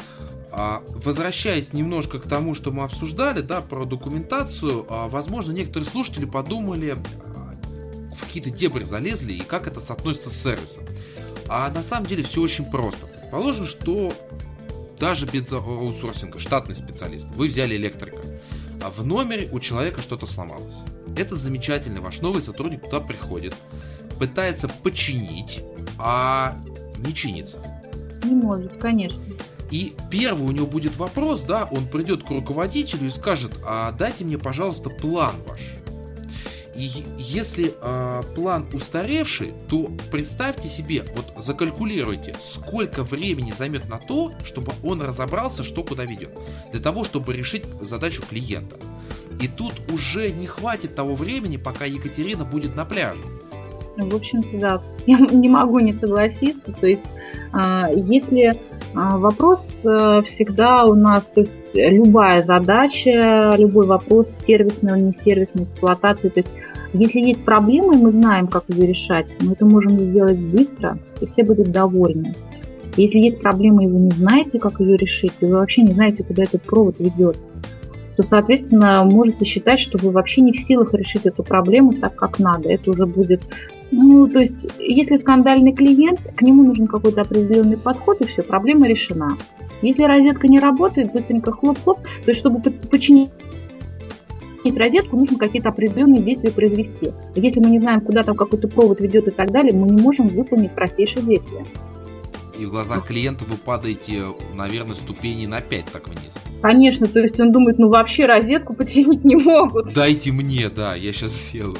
Возвращаясь немножко к тому, что мы обсуждали, да, про документацию, возможно, некоторые слушатели подумали, в какие-то дебри залезли и как это соотносится с сервисом. А на самом деле все очень просто. Предположим, что даже без аутсорсинга, штатный специалист, вы взяли электрика, а в номере у человека что-то сломалось. Этот замечательный ваш новый сотрудник туда приходит, пытается починить, а не чинится. Не может, конечно. И первый у него будет вопрос, да, он придет к руководителю и скажет: дайте мне, пожалуйста, план ваш. И если план устаревший, то представьте себе, закалькулируйте, сколько времени займет на то, чтобы он разобрался, что куда ведет, для того, чтобы решить задачу клиента. И тут уже не хватит того времени, пока Екатерина будет на пляже. В общем-то, да, я не могу не согласиться. То есть, если вопрос всегда у нас, то есть любая задача, любой вопрос сервисной или несервисной эксплуатации, то есть если есть проблемы, мы знаем, как ее решать, мы это можем сделать быстро, и все будут довольны. Если есть проблемы, и вы не знаете, как ее решить, и вы вообще не знаете, куда этот провод ведет, то, соответственно, можете считать, что вы вообще не в силах решить эту проблему так, как надо. Это уже будет... то есть, если скандальный клиент, к нему нужен какой-то определенный подход, и все, проблема решена. Если розетка не работает, быстренько хлоп-хлоп, то есть, чтобы починить розетку, нужно какие-то определенные действия произвести. Если мы не знаем, куда там какой-то провод ведет и так далее, мы не можем выполнить простейшие действия. И в глазах клиента вы падаете, наверное, ступени на 5 так вниз. Конечно, то есть он думает, вообще розетку починить не могут. Дайте мне, да, я сейчас сделаю.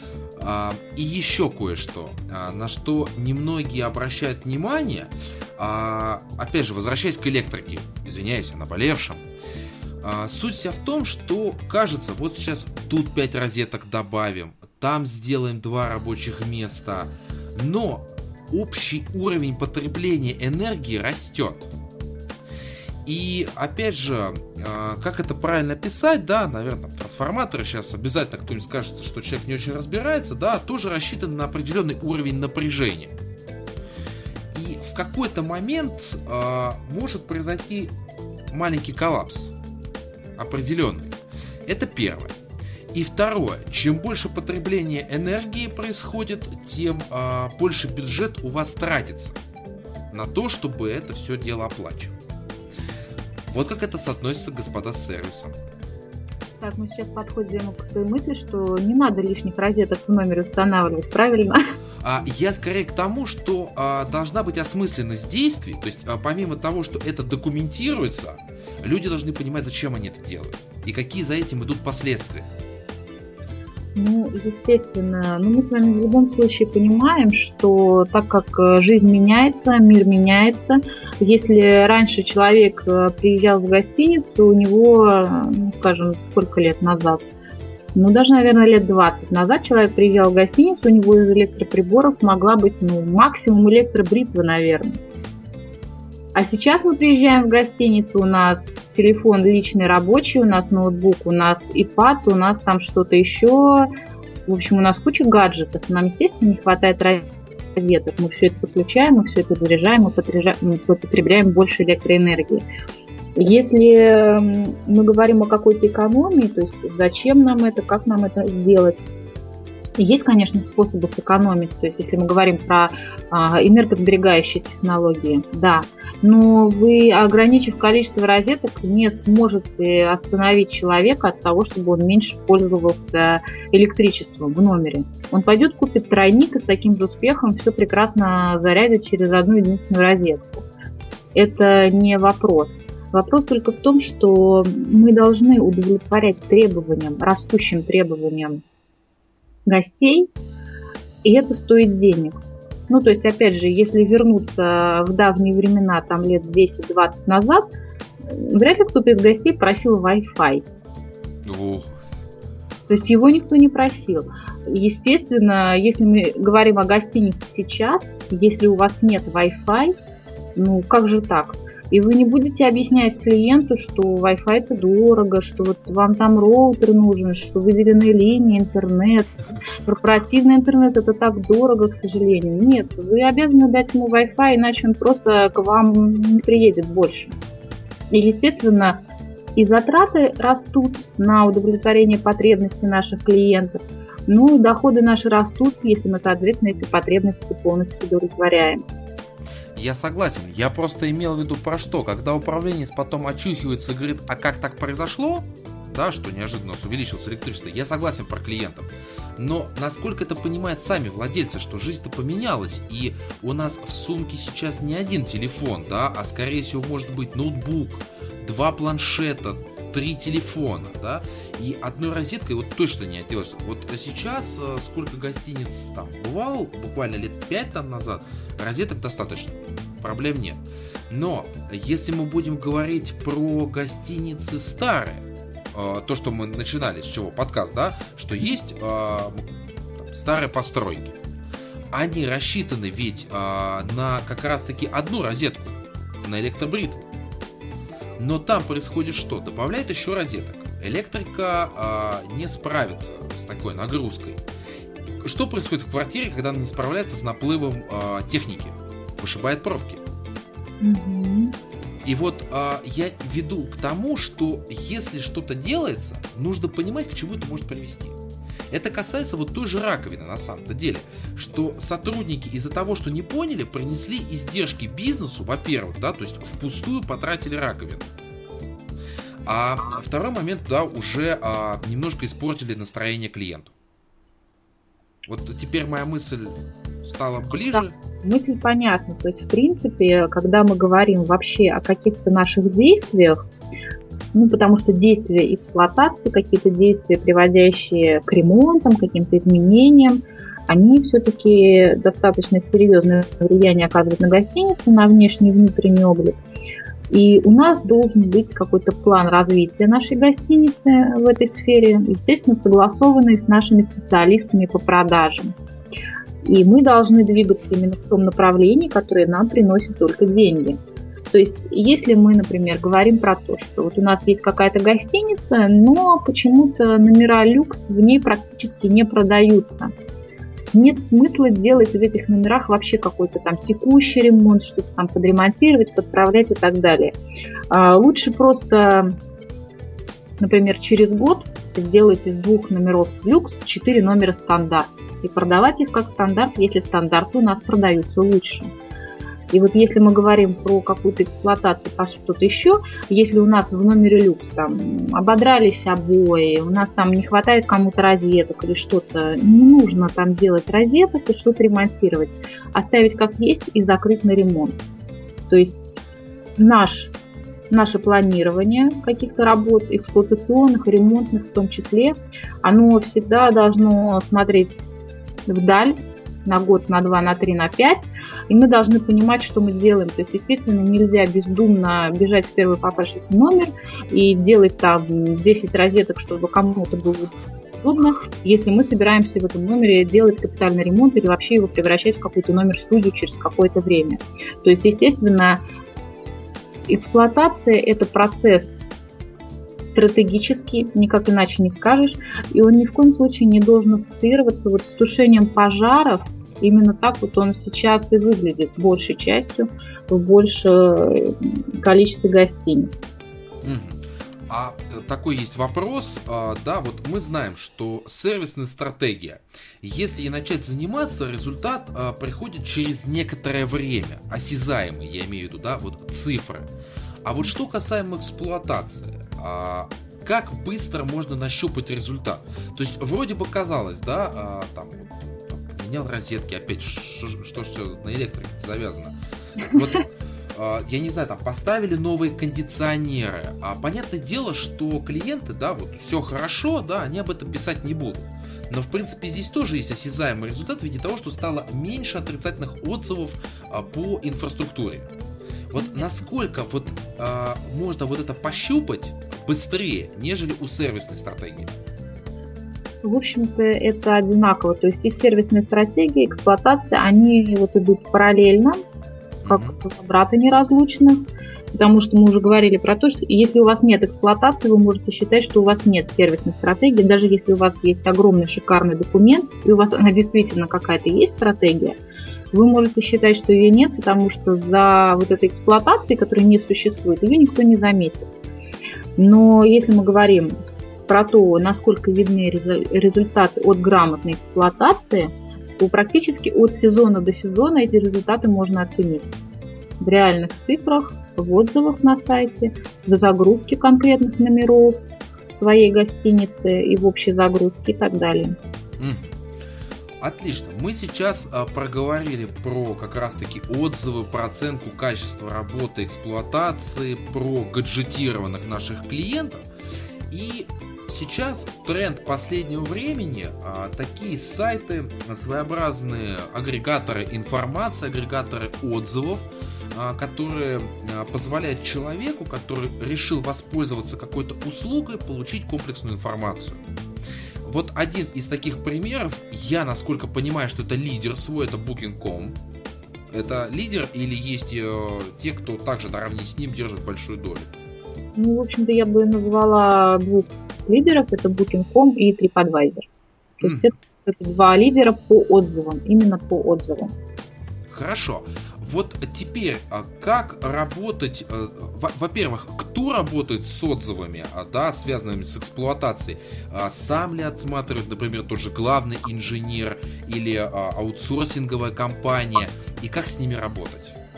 И еще кое-что, на что немногие обращают внимание, опять же, возвращаясь к электрике, извиняюсь, о наболевшем, суть вся в том, что кажется, вот сейчас тут 5 розеток добавим, там сделаем 2 рабочих места, но общий уровень потребления энергии растет. И опять же, как это правильно писать, да, наверное, трансформаторы, сейчас обязательно кто-нибудь скажет, что человек не очень разбирается, да, тоже рассчитаны на определенный уровень напряжения. И в какой-то момент может произойти маленький коллапс, определенный. Это первое. И второе, чем больше потребления энергии происходит, тем больше бюджет у вас тратится на то, чтобы это все дело оплачивать. Вот как это соотносится, господа, с сервисом. Так, мы сейчас подходим к той мысли, что не надо лишних розеток в номере устанавливать, правильно? Я скорее к тому, что должна быть осмысленность действий, то есть помимо того, что это документируется, люди должны понимать, зачем они это делают и какие за этим идут последствия. Естественно, мы с вами в любом случае понимаем, что так как жизнь меняется, мир меняется, если раньше человек приезжал в гостиницу, у него, скажем, сколько лет назад, даже, наверное, лет 20 назад человек приезжал в гостиницу, у него из электроприборов могла быть, максимум электробритва, наверное. А сейчас мы приезжаем в гостиницу, у нас телефон личный рабочий, у нас ноутбук, у нас iPad, у нас там что-то еще. В общем, у нас куча гаджетов. Нам, естественно, не хватает розеток. Мы все это подключаем, мы все это заряжаем, мы потребляем больше электроэнергии. Если мы говорим о какой-то экономии, то есть зачем нам это, как нам это сделать, Есть, конечно, способы сэкономить, то есть если мы говорим про энергосберегающие технологии, да, но вы, ограничив количество розеток, не сможете остановить человека от того, чтобы он меньше пользовался электричеством в номере. Он пойдет, купит тройник и с таким же успехом все прекрасно зарядит через одну единственную розетку. Это не вопрос. Вопрос только в том, что мы должны удовлетворять требованиям, растущим требованиям гостей, и это стоит денег. Ну, то есть, опять же, если вернуться в давние времена, там лет 10-20 назад, вряд ли кто-то из гостей просил Wi-Fi. То есть его никто не просил. Естественно, если мы говорим о гостинице сейчас, если у вас нет Wi-Fi, ну как же так? И вы не будете объяснять клиенту, что Wi-Fi это дорого, что вот вам там роутер нужен, что выделенные линии, интернет. Корпоративный интернет это так дорого, к сожалению. Нет, вы обязаны дать ему Wi-Fi, иначе он просто к вам не приедет больше. И, естественно, и затраты растут на удовлетворение потребностей наших клиентов. Ну и доходы наши растут, если мы, соответственно, эти потребности полностью удовлетворяем. Я согласен, я просто имел в виду про что, когда управленец потом очухивается и говорит, а как так произошло, да, что неожиданно увеличилось электричество, я согласен про клиентов, но насколько это понимают сами владельцы, что жизнь-то поменялась, и у нас в сумке сейчас не один телефон, да, а скорее всего может быть ноутбук, 2 планшета, 3 телефона, да, и одной розеткой вот точно не отделаешься. Вот сейчас сколько гостиниц там бывало, буквально лет 5 там назад, розеток достаточно, проблем нет. Но если мы будем говорить про гостиницы старые, то, что мы начинали, с чего подкаст, да, что есть старые постройки, они рассчитаны ведь на как раз-таки одну розетку, на электробритву. Но там происходит что? Добавляет еще розеток. Электрика не справится с такой нагрузкой. Что происходит в квартире, когда она не справляется с наплывом техники? Вышибает пробки. И вот я веду к тому, что если что-то делается, нужно понимать, к чему это может привести. Это касается вот той же раковины на самом-то деле, что сотрудники из-за того, что не поняли, принесли издержки бизнесу, во-первых, да, то есть впустую потратили раковину. А второй момент, да, уже немножко испортили настроение клиенту. Вот теперь моя мысль стала ближе. Да, мысль понятна. То есть, в принципе, когда мы говорим вообще о каких-то наших действиях, ну, потому что действия эксплуатации, какие-то действия, приводящие к ремонтам, каким-то изменениям, они все-таки достаточно серьезное влияние оказывают на гостиницу, на внешний и внутренний облик. И у нас должен быть какой-то план развития нашей гостиницы в этой сфере, естественно, согласованный с нашими специалистами по продажам. И мы должны двигаться именно в том направлении, которое нам приносит только деньги. То есть, если мы, например, говорим про то, что вот у нас есть какая-то гостиница, но почему-то номера люкс в ней практически не продаются. Нет смысла делать в этих номерах вообще какой-то там текущий ремонт, что-то там подремонтировать, подправлять и так далее. Лучше просто, например, через год сделать из 2 номеров люкс 4 номера стандарт и продавать их как стандарт, если стандарты у нас продаются лучше. И вот если мы говорим про какую-то эксплуатацию, про что-то еще, если у нас в номере люкс там ободрались обои, у нас там не хватает кому-то розеток или что-то, не нужно там делать розеток и что-то ремонтировать. Оставить как есть и закрыть на ремонт. То есть наше планирование каких-то работ, эксплуатационных, ремонтных в том числе, оно всегда должно смотреть вдаль, на год, на 2, на 3, на 5, и мы должны понимать, что мы делаем. То есть, естественно, нельзя бездумно бежать в первый попавшийся номер и делать там 10 розеток, чтобы кому-то было удобно, если мы собираемся в этом номере делать капитальный ремонт или вообще его превращать в какой-то номер-студию через какое-то время. То есть, естественно, эксплуатация – это процесс стратегический, никак иначе не скажешь, и он ни в коем случае не должен ассоциироваться вот с тушением пожаров. Именно так вот он сейчас и выглядит большей частью в большем количестве гостиниц. А такой есть вопрос, да, вот мы знаем, что сервисная стратегия, если начать заниматься, результат приходит через некоторое время, осязаемый, я имею в виду, да, вот цифры. А вот что касаемо эксплуатации, как быстро можно нащупать результат? То есть вроде бы казалось, да, там менял розетки, опять что все на электрике завязано. Вот, я не знаю, там поставили новые кондиционеры. Понятное дело, что клиенты, да, вот все хорошо, да, они об этом писать не будут. Но, в принципе, здесь тоже есть осязаемый результат в виде того, что стало меньше отрицательных отзывов по инфраструктуре. Вот насколько вот можно вот это пощупать быстрее, нежели у сервисной стратегии? В общем-то, это одинаково. То есть и сервисные стратегии, эксплуатация, они вот идут параллельно, как брата неразлучных, потому что мы уже говорили про то, что если у вас нет эксплуатации, вы можете считать, что у вас нет сервисной стратегии, даже если у вас есть огромный шикарный документ, и у вас она действительно какая-то есть стратегия, вы можете считать, что ее нет, потому что за вот этой эксплуатацией, которая не существует, ее никто не заметит. Но если мы говорим про то, насколько видны результаты от грамотной эксплуатации, то практически от сезона до сезона эти результаты можно оценить в реальных цифрах, в отзывах на сайте, в загрузке конкретных номеров в своей гостинице и в общей загрузке и так далее. Отлично. Мы сейчас проговорили про как раз-таки отзывы, про оценку качества работы, эксплуатации, про гаджетированных наших клиентов. И сейчас тренд последнего времени такие сайты, своеобразные агрегаторы информации, агрегаторы отзывов, которые позволяют человеку, который решил воспользоваться какой-то услугой, получить комплексную информацию. Вот один из таких примеров, я насколько понимаю, что это лидер свой, это Booking.com. Это лидер или есть те, кто также наравне с ним держит большую долю? Ну, в общем-то, я бы назвала двух лидеров, это Booking.com и TripAdvisor. То есть это два лидера по отзывам, именно по отзывам. Хорошо. Вот теперь, как работать, во-первых, кто работает с отзывами, да, связанными с эксплуатацией? Сам ли отсматривает, например, тот же главный инженер или аутсорсинговая компания? И как с ними работать?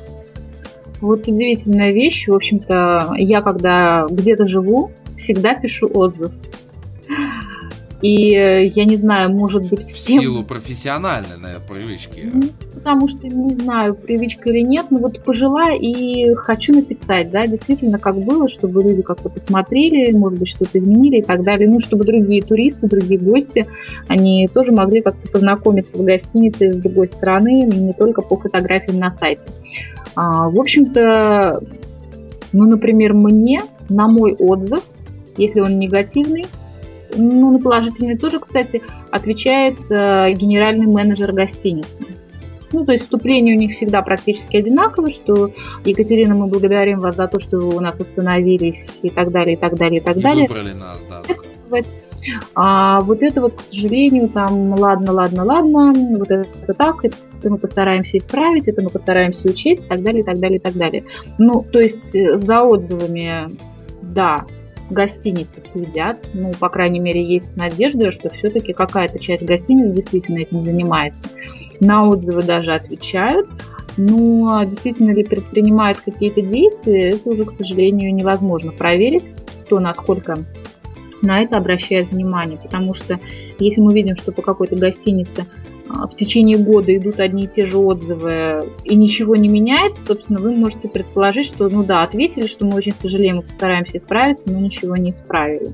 Вот удивительная вещь. В общем-то, я когда где-то живу, всегда пишу отзыв. И я не знаю, может быть, всем... В силу профессиональной, наверное, привычки. Потому что, не знаю, привычка или нет, но вот пожила и хочу написать, да, действительно, как было, чтобы люди как-то посмотрели, может быть, что-то изменили и так далее. Ну, чтобы другие туристы, другие гости, они тоже могли как-то познакомиться в гостинице с другой стороны, не только по фотографиям на сайте. В общем-то, ну, например, мне на мой отзыв, если он негативный, ну, на положительный тоже, кстати, отвечает генеральный менеджер гостиницы. Ну, то есть вступление у них всегда практически одинаково, что Екатерина, мы благодарим вас за то, что вы у нас остановились и так далее, и так далее, и так далее. Выбрали нас, да. А вот это вот, к сожалению, там, ладно, вот это так, это мы постараемся исправить, это мы постараемся учесть, и так далее, и так далее, и так далее. Ну, то есть за отзывами, да, гостиницы следят, ну, по крайней мере, есть надежда, что все-таки какая-то часть гостиниц действительно этим занимается. На отзывы даже отвечают, но действительно ли предпринимают какие-то действия, это уже, к сожалению, невозможно проверить, кто насколько на это обращает внимание, потому что если мы видим, что по какой-то гостинице в течение года идут одни и те же отзывы и ничего не меняется, собственно, вы можете предположить, что, ну да, ответили, что мы очень сожалеем, мы постараемся исправиться, но ничего не исправили.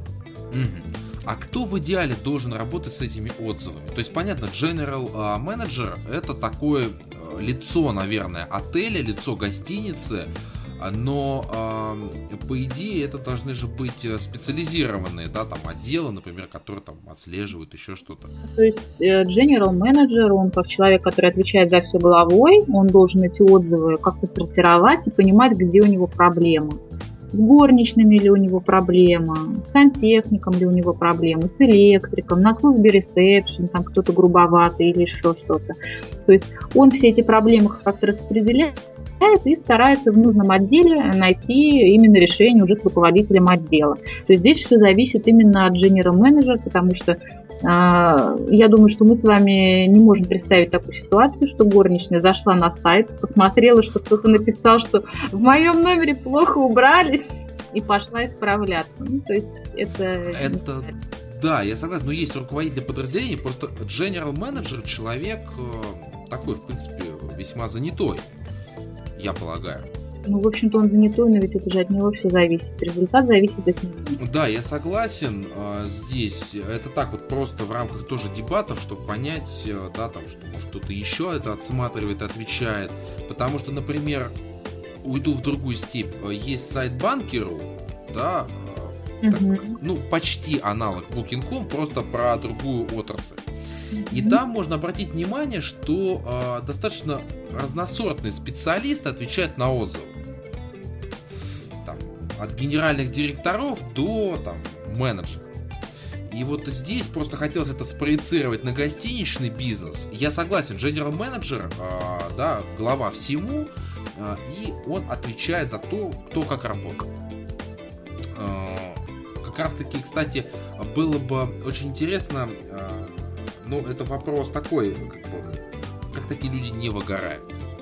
А кто в идеале должен работать с этими отзывами? То есть, понятно, General Manager — это такое лицо, наверное, отеля, лицо гостиницы, но по идее это должны же быть специализированные, да, там отделы, например, которые там отслеживают еще что-то. То есть General Manager, он как человек, который отвечает за все головой, он должен эти отзывы как-то сортировать и понимать, где у него проблема. С горничными ли у него проблема, с сантехником ли у него проблемы, с электриком, на службе ресепшн, там кто-то грубоватый или еще что-то. То есть он все эти проблемы как-то распределяет и старается в нужном отделе найти именно решение уже с руководителем отдела. То есть здесь все зависит именно от general manager, потому что я думаю, что мы с вами не можем представить такую ситуацию, что горничная зашла на сайт, посмотрела, что кто-то написал, что в моем номере плохо убрались, и пошла исправляться. Ну, то есть это... Да, я согласен, но есть руководитель подразделения, просто general manager человек такой, в принципе, весьма занятой, я полагаю. Ну, в общем-то, он занятой, но ведь это же от него все зависит. Результат зависит от него. Да, я согласен. Здесь это так вот просто в рамках тоже дебатов, чтобы понять, да, там, что может кто-то еще это отсматривает, отвечает. Потому что, например, уйду в другую степь. Есть сайт Banker.ru, да, так, ну, почти аналог Booking.com, просто про другую отрасль. И там можно обратить внимание, что достаточно разносортные специалисты отвечают на отзывы. Там, от генеральных директоров до там, менеджеров. И вот здесь просто хотелось это спроецировать на гостиничный бизнес. Я согласен, general manager, да, глава всему, и он отвечает за то, кто как работает. Как раз таки, кстати, было бы очень интересно... Ну, это вопрос такой, как такие люди не выгорают?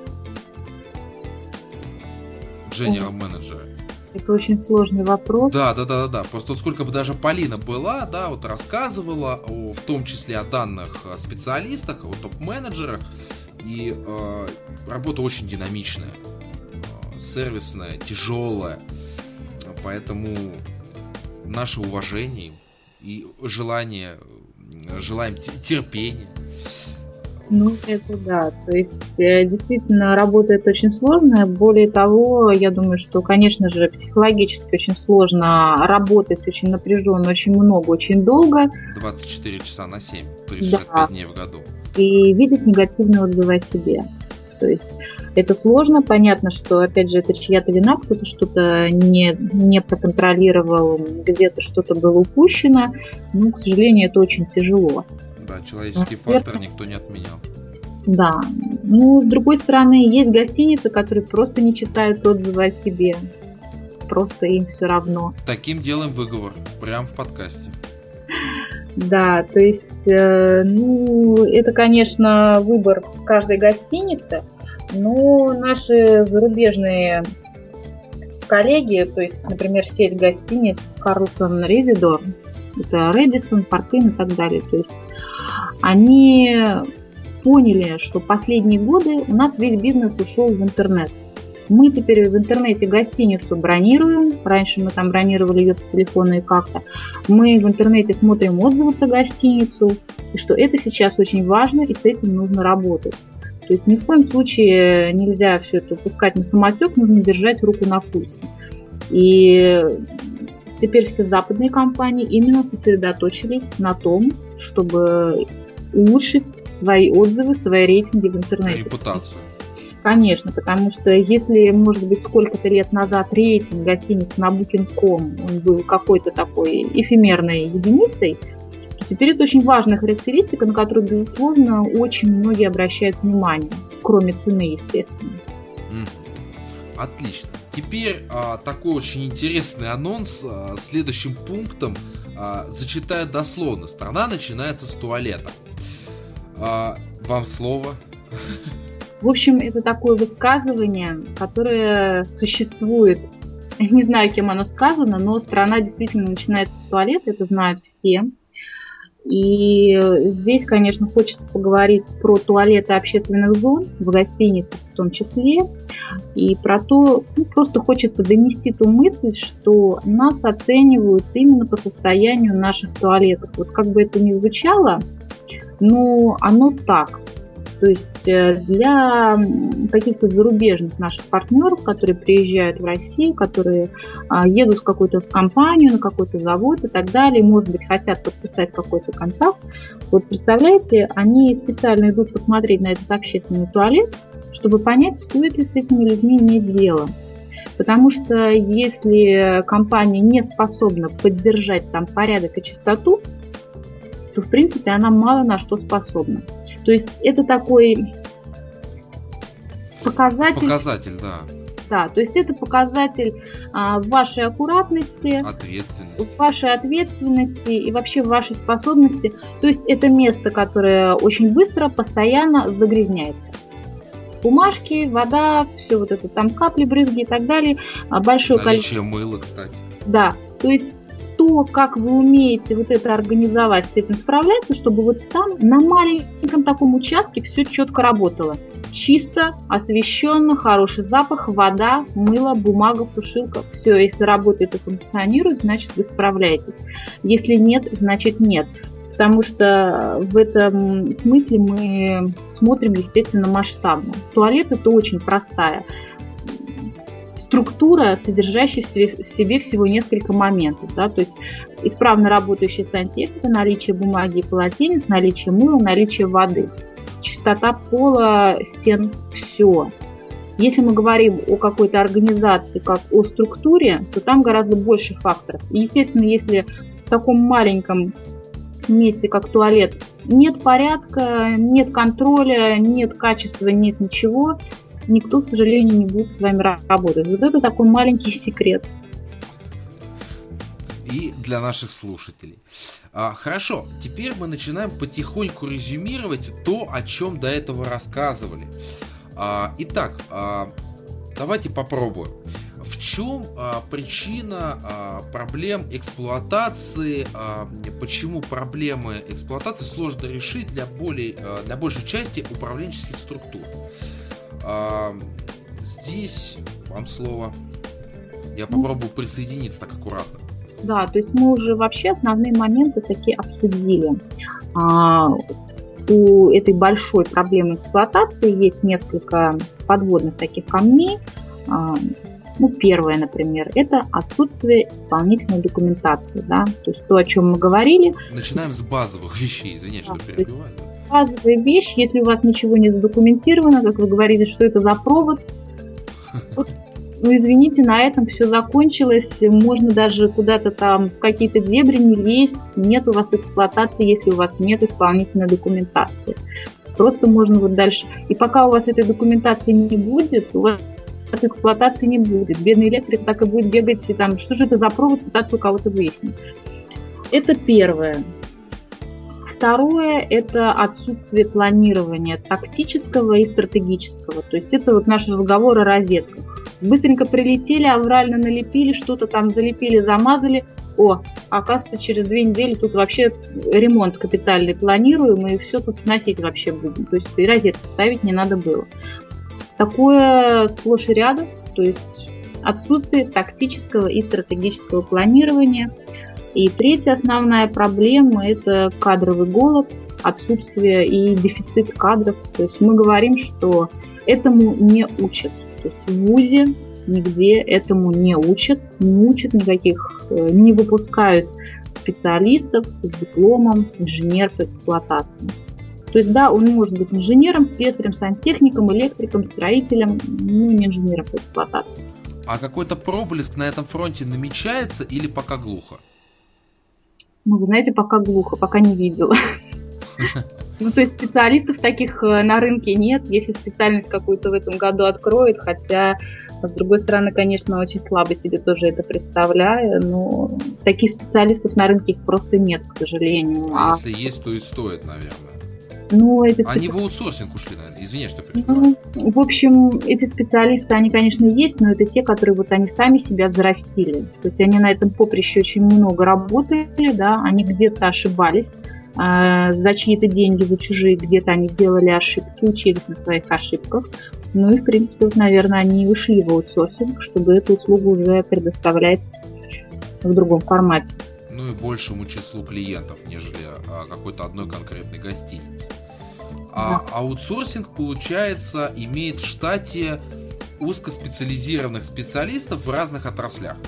General менеджеры. Это очень сложный вопрос. Да. Просто сколько бы даже Полина была, да, вот рассказывала в том числе о данных специалистах, о топ-менеджерах, и работа очень динамичная, сервисная, тяжелая, поэтому наше уважение и желаем терпения. Ну, это да. То есть, действительно, работа это очень сложная. Более того, я думаю, что, конечно же, психологически очень сложно работать, очень напряженно, очень много, очень долго. 24 часа на 7, 365 дней в году. И видеть негативные отзывы о себе. То есть, это сложно. Понятно, что, опять же, это чья-то вина, кто-то что-то не проконтролировал, где-то что-то было упущено. Но, к сожалению, это очень тяжело. Да, человеческий фактор никто не отменял. Да. Ну, с другой стороны, есть гостиницы, которые просто не читают отзывы о себе. Просто им все равно. Таким делаем выговор. Прямо в подкасте. Да, то есть, ну, это, конечно, выбор каждой гостиницы, но наши зарубежные коллеги, то есть, например, сеть гостиниц Carlton Резидор, это Рэдисон, Парк-Инн и так далее, то есть, они поняли, что последние годы у нас весь бизнес ушел в интернет. Мы теперь в интернете гостиницу бронируем. Раньше мы там бронировали ее по телефону и как-то. Мы в интернете смотрим отзывы про гостиницу. И что это сейчас очень важно, и с этим нужно работать. То есть ни в коем случае нельзя все это пускать на самотек, нужно держать руку на пульсе. И теперь все западные компании именно сосредоточились на том, чтобы улучшить свои отзывы, свои рейтинги в интернете. Репутацию. Конечно, потому что если, может быть, сколько-то лет назад рейтинг гостиниц на Booking.com он был какой-то такой эфемерной единицей, то теперь это очень важная характеристика, на которую, безусловно, очень многие обращают внимание, кроме цены, естественно. Отлично. Теперь такой очень интересный анонс. Следующим пунктом зачитаю дословно. Страна начинается с туалета. Вам слово. В общем, это такое высказывание, которое существует. Не знаю, кем оно сказано, но страна действительно начинается с туалета, это знают все. И здесь, конечно, хочется поговорить про туалеты общественных зон, в гостиницах в том числе, и про то, ну, просто хочется донести ту мысль, что нас оценивают именно по состоянию наших туалетов. Вот как бы это ни звучало, но оно так. То есть для каких-то зарубежных наших партнеров, которые приезжают в Россию, которые едут в какую-то компанию, на какой-то завод и так далее, может быть, хотят подписать какой-то контракт, вот представляете, они специально идут посмотреть на этот общественный туалет, чтобы понять, стоит ли с этими людьми иметь дело. Потому что если компания не способна поддержать там порядок и чистоту, то, в принципе, она мало на что способна. То есть это такой Показатель, да. Да, то есть это показатель вашей аккуратности, вашей ответственности и вообще вашей способности. То есть это место, которое очень быстро, постоянно загрязняется. Бумажки, вода, все вот это, там капли, брызги и так далее. Большое количество мыла, кстати. Да, то есть то, как вы умеете вот это организовать, с этим справляться, чтобы вот там на маленьком таком участке все четко работало. Чисто, освещенно, хороший запах, вода, мыло, бумага, сушилка. Все, если работает и функционирует, значит вы справляетесь. Если нет, значит нет. Потому что в этом смысле мы смотрим, естественно, масштабно. Туалет – это очень простая структура, содержащая в себе всего несколько моментов. Да? То есть исправно работающая сантехника, наличие бумаги и полотенец, наличие мыла, наличие воды. Чистота пола, стен, все. Если мы говорим о какой-то организации, как о структуре, то там гораздо больше факторов. И, естественно, если в таком маленьком месте, как туалет, нет порядка, нет контроля, нет качества, нет ничего, никто, к сожалению, не будет с вами работать. Вот это такой маленький секрет. И для наших слушателей. Хорошо, теперь мы начинаем потихоньку резюмировать то, о чем до этого рассказывали. Итак, давайте попробуем. В чем причина проблем эксплуатации? Почему проблемы эксплуатации сложно решить для большей части управленческих структур? Здесь вам слово. Я попробую присоединиться так аккуратно. Да, то есть мы уже вообще основные моменты такие обсудили. У этой большой проблемы эксплуатации есть несколько подводных таких камней. Первое, например, это отсутствие исполнительной документации. Да? То есть то, о чем мы говорили. Начинаем с базовых вещей, извините, что перебиваю. Базовая вещь, если у вас ничего не задокументировано, как вы говорили, что это за провод, извините, на этом все закончилось. Можно даже куда-то там в какие-то дебри не лезть. Нет у вас эксплуатации, если у вас нет исполнительной документации. Просто можно вот дальше. И пока у вас этой документации не будет, у вас эксплуатации не будет. Бедный электрик так и будет бегать, и там, что же это за провод, пытаться у кого-то выяснить. Это первое. Второе – это отсутствие планирования тактического и стратегического. То есть это вот наш разговор о розетках. Быстренько прилетели, аврально налепили, что-то там залепили, замазали. Оказывается, через 2 недели тут вообще ремонт капитальный планируем, и все тут сносить вообще будем. То есть и розетки ставить не надо было. Такое сплошь и рядом, то есть отсутствие тактического и стратегического планирования. И третья основная проблема – это кадровый голод, отсутствие и дефицит кадров. То есть мы говорим, что этому не учат. То есть в ВУЗе нигде этому не учат никаких, не выпускают специалистов с дипломом инженер по эксплуатации. То есть, да, он может быть инженером, слесарем, сантехником, электриком, строителем, но не инженером по эксплуатации. А какой-то проблеск на этом фронте намечается или пока глухо? Вы знаете, пока глухо, пока не видела. То есть специалистов таких на рынке нет. Если специальность какую-то в этом году откроет, хотя, с другой стороны, конечно, очень слабо себе тоже это представляю, но таких специалистов на рынке их просто нет, к сожалению. Если есть, то и стоит, наверное. Они в аутсорсинг ушли, наверное. Извини, что перебиваю. В общем, эти специалисты, они, конечно, есть, но это те, которые вот они сами себя взрастили. То есть они на этом поприще очень много работали, да, они где-то ошибались за чьи-то деньги, за чужие, где-то они делали ошибки, учились на своих ошибках. Ну и, в принципе, вот, наверное, они и ушли в аутсорсинг, чтобы эту услугу уже предоставлять в другом формате. Ну и большему числу клиентов, нежели какой-то одной конкретной гостиницы. А аутсорсинг, получается, имеет в штате узкоспециализированных специалистов в разных отраслях.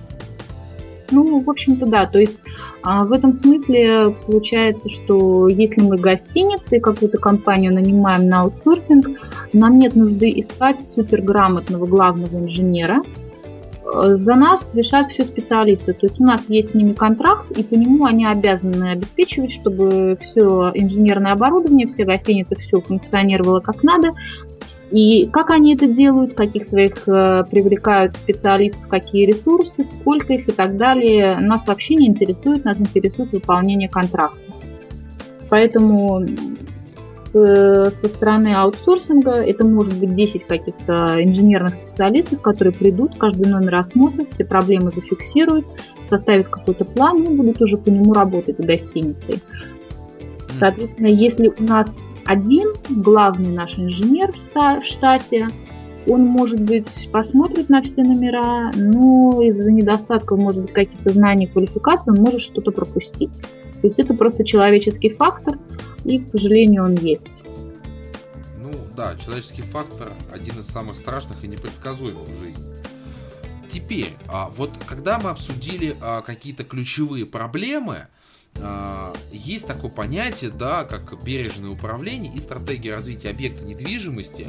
В общем-то, да. То есть в этом смысле получается, что если мы гостиница и какую-то компанию нанимаем на аутсорсинг, нам нет нужды искать суперграмотного главного инженера. За нас решают все специалисты. То есть у нас есть с ними контракт, и по нему они обязаны обеспечивать, чтобы все инженерное оборудование, все гостиницы, все функционировало как надо. И как они это делают, каких своих привлекают специалистов, какие ресурсы, сколько их и так далее, нас вообще не интересует, нас интересует выполнение контракта. Поэтому со стороны аутсорсинга это может быть 10 каких-то инженерных специалистов, которые придут, каждый номер осмотрят, все проблемы зафиксируют, составят какой-то план и будут уже по нему работать с гостиницей. Соответственно, если у нас один главный наш инженер в штате, он, может быть, посмотрит на все номера, но из-за недостатков, может быть, каких-то знаний, квалификаций, он может что-то пропустить. То есть это просто человеческий фактор, и, к сожалению, он есть. Ну да, человеческий фактор один из самых страшных и непредсказуемых в жизни. Теперь, вот когда мы обсудили какие-то ключевые проблемы, есть такое понятие, да, как бережное управление и стратегия развития объекта недвижимости.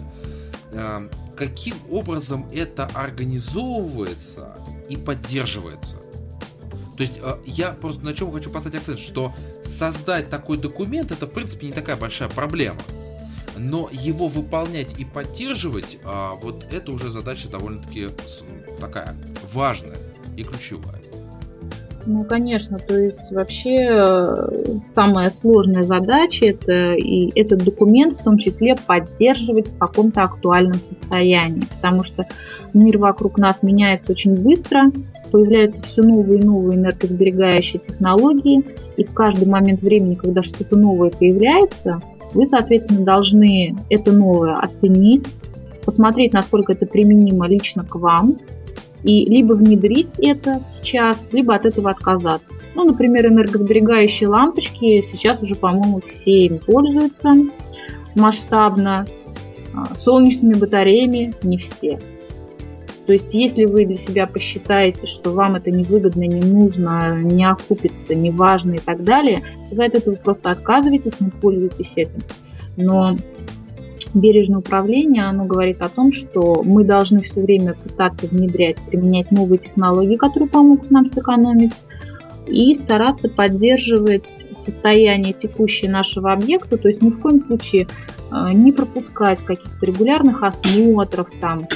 Каким образом это организовывается и поддерживается? То есть я просто на чем хочу поставить акцент, что создать такой документ — это в принципе не такая большая проблема, но его выполнять и поддерживать, вот это уже задача довольно-таки такая важная и ключевая. Ну, конечно, то есть вообще самая сложная задача — это и этот документ в том числе поддерживать в каком-то актуальном состоянии, потому что мир вокруг нас меняется очень быстро, появляются все новые и новые энергосберегающие технологии, и в каждый момент времени, когда что-то новое появляется, вы, соответственно, должны это новое оценить, посмотреть, насколько это применимо лично к вам, и либо внедрить это сейчас, либо от этого отказаться. Ну, например, энергосберегающие лампочки сейчас уже, по-моему, все им пользуются масштабно. Солнечными батареями не все. То есть, если вы для себя посчитаете, что вам это невыгодно, не нужно, не окупится, не важно и так далее, вы от этого просто отказываетесь, не пользуетесь этим. Но бережное управление, оно говорит о том, что мы должны все время пытаться внедрять, применять новые технологии, которые помогут нам сэкономить, и стараться поддерживать состояние текущее нашего объекта, то есть ни в коем случае не пропускать каких-то регулярных осмотров, там,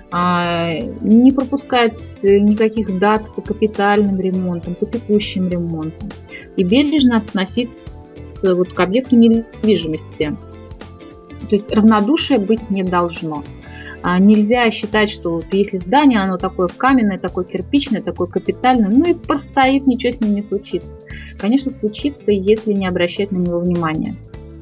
не пропускать никаких дат по капитальным ремонтам, по текущим ремонтам, и бережно относиться вот к объекту недвижимости. То есть равнодушие быть не должно. Нельзя считать, что вот если здание, оно такое каменное, такое кирпичное, такое капитальное, ну и простоит, ничего с ним не случится. Конечно, случится, если не обращать на него внимания.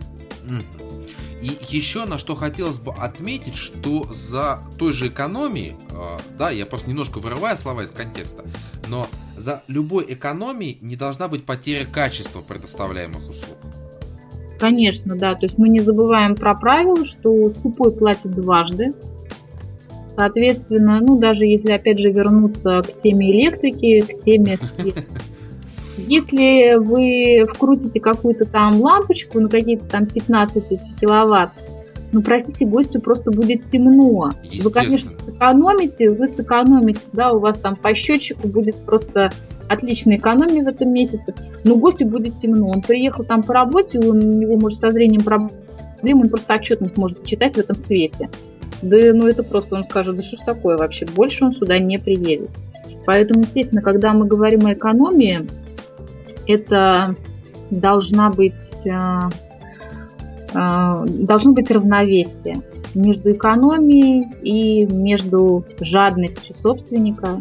И еще на что хотелось бы отметить, что за той же экономией, да, я просто немножко вырываю слова из контекста, но за любой экономией не должна быть потеря качества предоставляемых услуг. Конечно, да, то есть мы не забываем про правило, что скупой платит дважды. Соответственно, ну даже если опять же вернуться к теме электрики, к теме света. Если вы вкрутите какую-то там лампочку на какие-то там 15 киловатт, ну, простите, гостю просто будет темно. Вы, конечно, сэкономите, да, у вас там по счетчику будет просто отличная экономия в этом месяце, но гостю будет темно. Он приехал там по работе, у него, может, со зрением проблем, он просто отчетность может читать в этом свете. Да, ну это просто он скажет, да что ж такое вообще, больше он сюда не приедет. Поэтому, естественно, когда мы говорим о экономии, это должно быть равновесие между экономией и между жадностью собственника,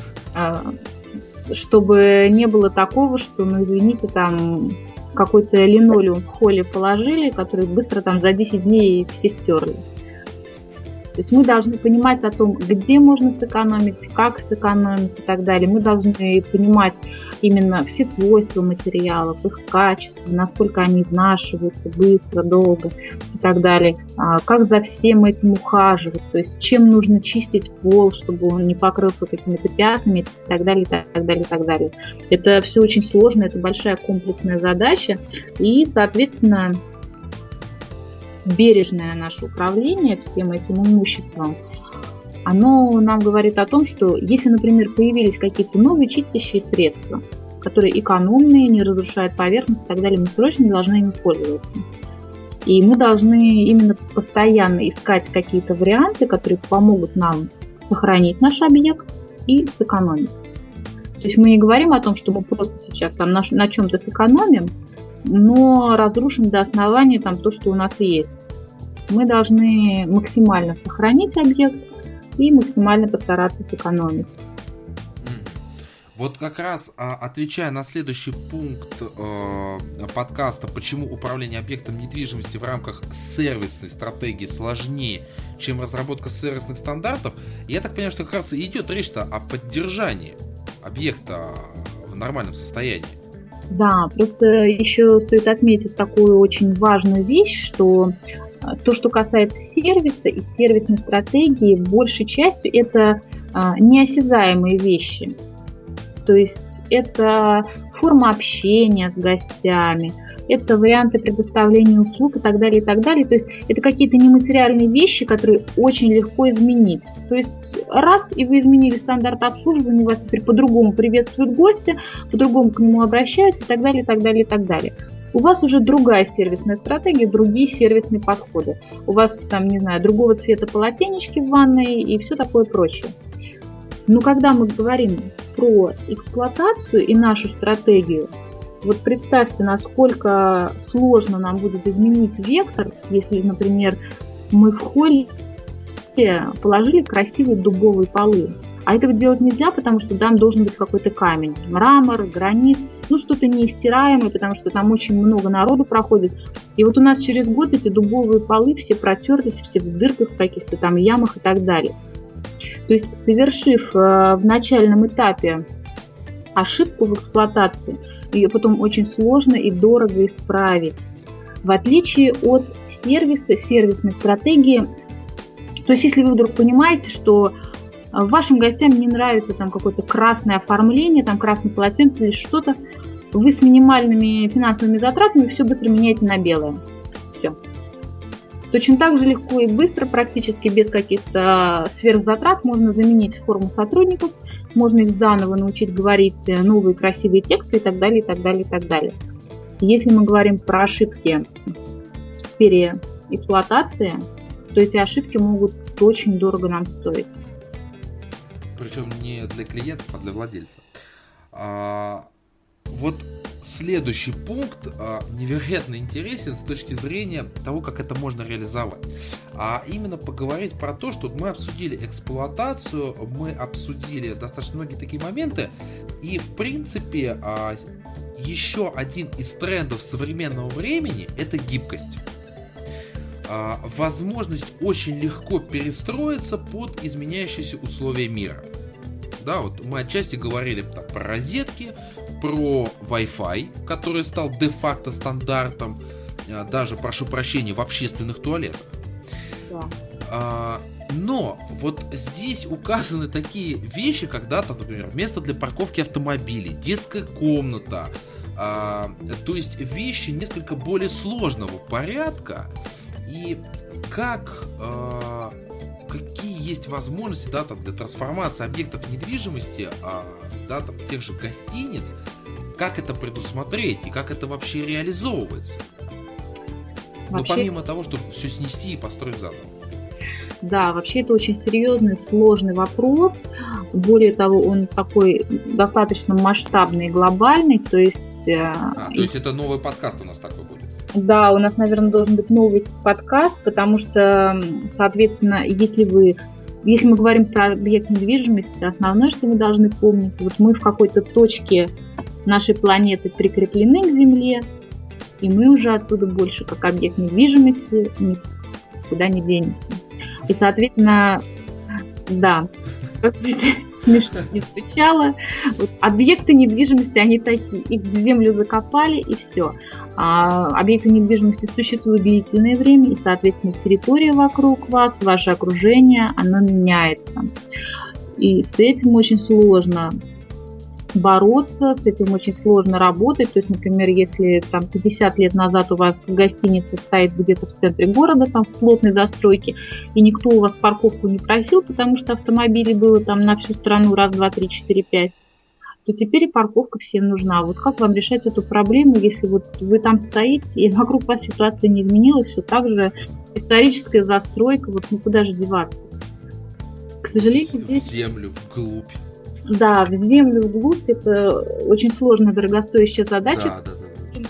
чтобы не было такого, что, ну, извините, там какой-то линолеум в холле положили, который быстро там за 10 дней все стерли. То есть мы должны понимать о том, где можно сэкономить, как сэкономить и так далее. Мы должны понимать именно все свойства материалов, их качество, насколько они изнашиваются быстро, долго и так далее. Как за всем этим ухаживать, то есть чем нужно чистить пол, чтобы он не покрылся какими-то пятнами и так далее, и так далее, и так далее. Это все очень сложно, это большая комплексная задача. И, соответственно, бережное наше управление всем этим имуществом, оно нам говорит о том, что если, например, появились какие-то новые чистящие средства, которые экономные, не разрушают поверхность и так далее, мы срочно должны ими пользоваться. И мы должны именно постоянно искать какие-то варианты, которые помогут нам сохранить наш объект и сэкономить. То есть мы не говорим о том, что мы просто сейчас там на чем-то сэкономим, но разрушим до основания там то, что у нас есть. Мы должны максимально сохранить объект и максимально постараться сэкономить. Вот как раз отвечая на следующий пункт подкаста, почему управление объектом недвижимости в рамках сервисной стратегии сложнее, чем разработка сервисных стандартов, я так понимаю, что как раз идет речь-то о поддержании объекта в нормальном состоянии. Да, просто еще стоит отметить такую очень важную вещь, что то, что касается сервиса и сервисной стратегии, большей частью это неосязаемые вещи. То есть это форма общения с гостями, это варианты предоставления услуг и так далее, и так далее. То есть это какие-то нематериальные вещи, которые очень легко изменить. То есть раз, и вы изменили стандарт обслуживания, у вас теперь по-другому приветствуют гостя, по-другому к нему обращаются и так далее, и так далее, и так далее. У вас уже другая сервисная стратегия, другие сервисные подходы. У вас там, не знаю, другого цвета полотенечки в ванной и все такое прочее. Но когда мы говорим про эксплуатацию и нашу стратегию, вот представьте, насколько сложно нам будет изменить вектор, если, например, мы в холле положили красивые дубовые полы. А этого делать нельзя, потому что там должен быть какой-то камень, мрамор, гранит, что-то неистираемое, потому что там очень много народу проходит. И вот у нас через год эти дубовые полы все протерлись, все в дырках, в каких-то там ямах и так далее. То есть, совершив в начальном этапе ошибку в эксплуатации, ее потом очень сложно и дорого исправить. В отличие от сервиса, сервисной стратегии, то есть, если вы вдруг понимаете, что вашим гостям не нравится там какое-то красное оформление, там красное полотенце или что-то, вы с минимальными финансовыми затратами все быстро меняете на белое. Все. Точно так же легко и быстро, практически без каких-то сверхзатрат, можно заменить форму сотрудников, можно их заново научить говорить новые красивые тексты и так далее, и так далее, и так далее. Если мы говорим про ошибки в сфере эксплуатации, то эти ошибки могут очень дорого нам стоить. Причем не для клиентов, а для владельца. Вот следующий пункт невероятно интересен с точки зрения того, как это можно реализовать. А именно поговорить про то, что мы обсудили эксплуатацию, мы обсудили достаточно многие такие моменты. И в принципе еще один из трендов современного времени – это гибкость. Возможность очень легко перестроиться под изменяющиеся условия мира. Да, вот мы отчасти говорили про розетки, про Wi-Fi, который стал де-факто стандартом, даже, прошу прощения, в общественных туалетах. Да. Но вот здесь указаны такие вещи, когда там, например, место для парковки автомобилей, детская комната, то есть вещи несколько более сложного порядка. И какие есть возможности, да, там, для трансформации объектов недвижимости, да, там, тех же гостиниц, как это предусмотреть и как это вообще реализовывается? Вообще... помимо того, чтобы все снести и построить заново. Да, вообще это очень серьезный, сложный вопрос. Более того, он такой достаточно масштабный и глобальный. То есть это новый подкаст у нас такой будет? Да, у нас, наверное, должен быть новый подкаст, потому что, соответственно, если мы говорим про объект недвижимости, основное, что мы должны помнить, вот мы в какой-то точке нашей планеты прикреплены к Земле, и мы уже оттуда больше, как объект недвижимости, никуда не денемся. И, соответственно, да, как смешно не звучало, вот объекты недвижимости, они такие, их в землю закопали, и все. Объекты недвижимости существуют длительное время, и, соответственно, территория вокруг вас, ваше окружение, оно меняется. И с этим очень сложно бороться, с этим очень сложно работать. То есть, например, если там 50 лет назад у вас гостиница стоит где-то в центре города, там в плотной застройке, и никто у вас парковку не просил, потому что автомобилей было там на всю страну раз, два, три, четыре, пять, то теперь и парковка всем нужна. Вот как вам решать эту проблему, если вот вы там стоите, и вокруг вас ситуация не изменилась, все так же историческая застройка, вот куда же деваться? К сожалению, в землю, вглубь. Да, в землю, вглубь, это очень сложная, дорогостоящая задача. Да.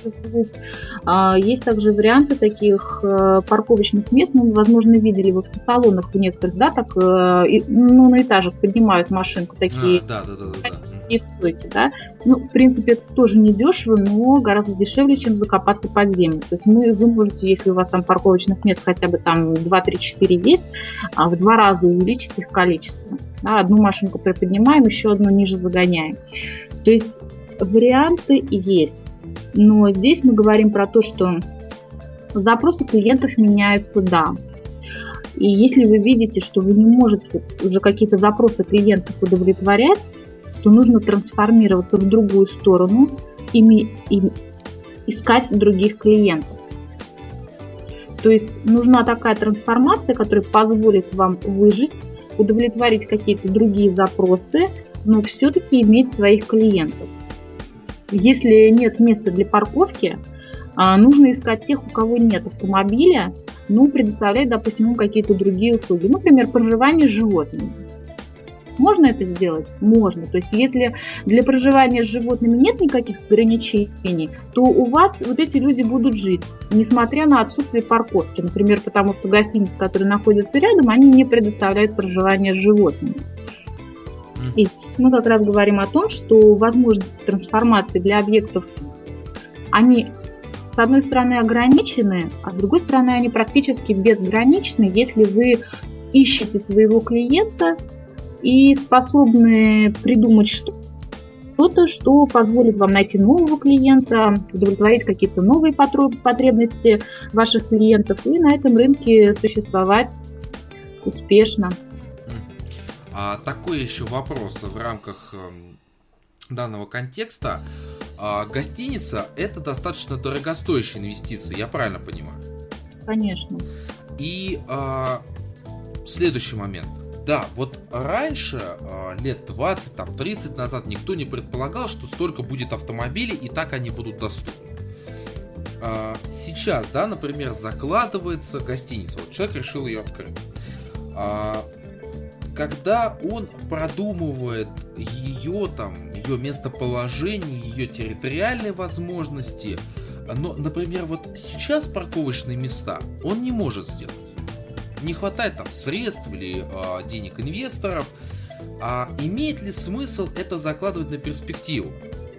Есть также варианты таких парковочных мест, возможно, видели в автосалонах у некоторых, да, так, на этажах поднимают машинку, такие и стойки, да. В принципе, это тоже не дешево, но гораздо дешевле, чем закопаться под землю. То есть вы можете, если у вас там парковочных мест хотя бы там 2, 3, 4 есть, в 2 раза увеличить их количество. Да, одну машинку приподнимаем, еще одну ниже загоняем. То есть варианты есть. Но здесь мы говорим про то, что запросы клиентов меняются, да. И если вы видите, что вы не можете уже какие-то запросы клиентов удовлетворять, то нужно трансформироваться в другую сторону и искать других клиентов. То есть нужна такая трансформация, которая позволит вам выжить, удовлетворить какие-то другие запросы, но все-таки иметь своих клиентов. Если нет места для парковки, нужно искать тех, у кого нет автомобиля, предоставлять, допустим, какие-то другие услуги. Например, проживание с животными. Можно это сделать? Можно. То есть, если для проживания с животными нет никаких ограничений, то у вас вот эти люди будут жить, несмотря на отсутствие парковки. Например, потому что гостиницы, которые находятся рядом, они не предоставляют проживание с животными. И мы как раз говорим о том, что возможности трансформации для объектов, они, с одной стороны, ограничены, а с другой стороны, они практически безграничны, если вы ищете своего клиента и способны придумать что-то, что позволит вам найти нового клиента, удовлетворить какие-то новые потребности ваших клиентов и на этом рынке существовать успешно. Такой еще вопрос в рамках данного контекста. Гостиница – это достаточно дорогостоящая инвестиция, я правильно понимаю? Конечно. И следующий момент. Да, вот раньше, лет 20, 30 назад, никто не предполагал, что столько будет автомобилей, и так они будут доступны. Сейчас, да, например, закладывается гостиница, вот человек решил ее открыть. Когда он продумывает ее местоположение, ее территориальные возможности, но, например, вот сейчас парковочные места он не может сделать. Не хватает там средств или денег инвесторов. Имеет ли смысл это закладывать на перспективу?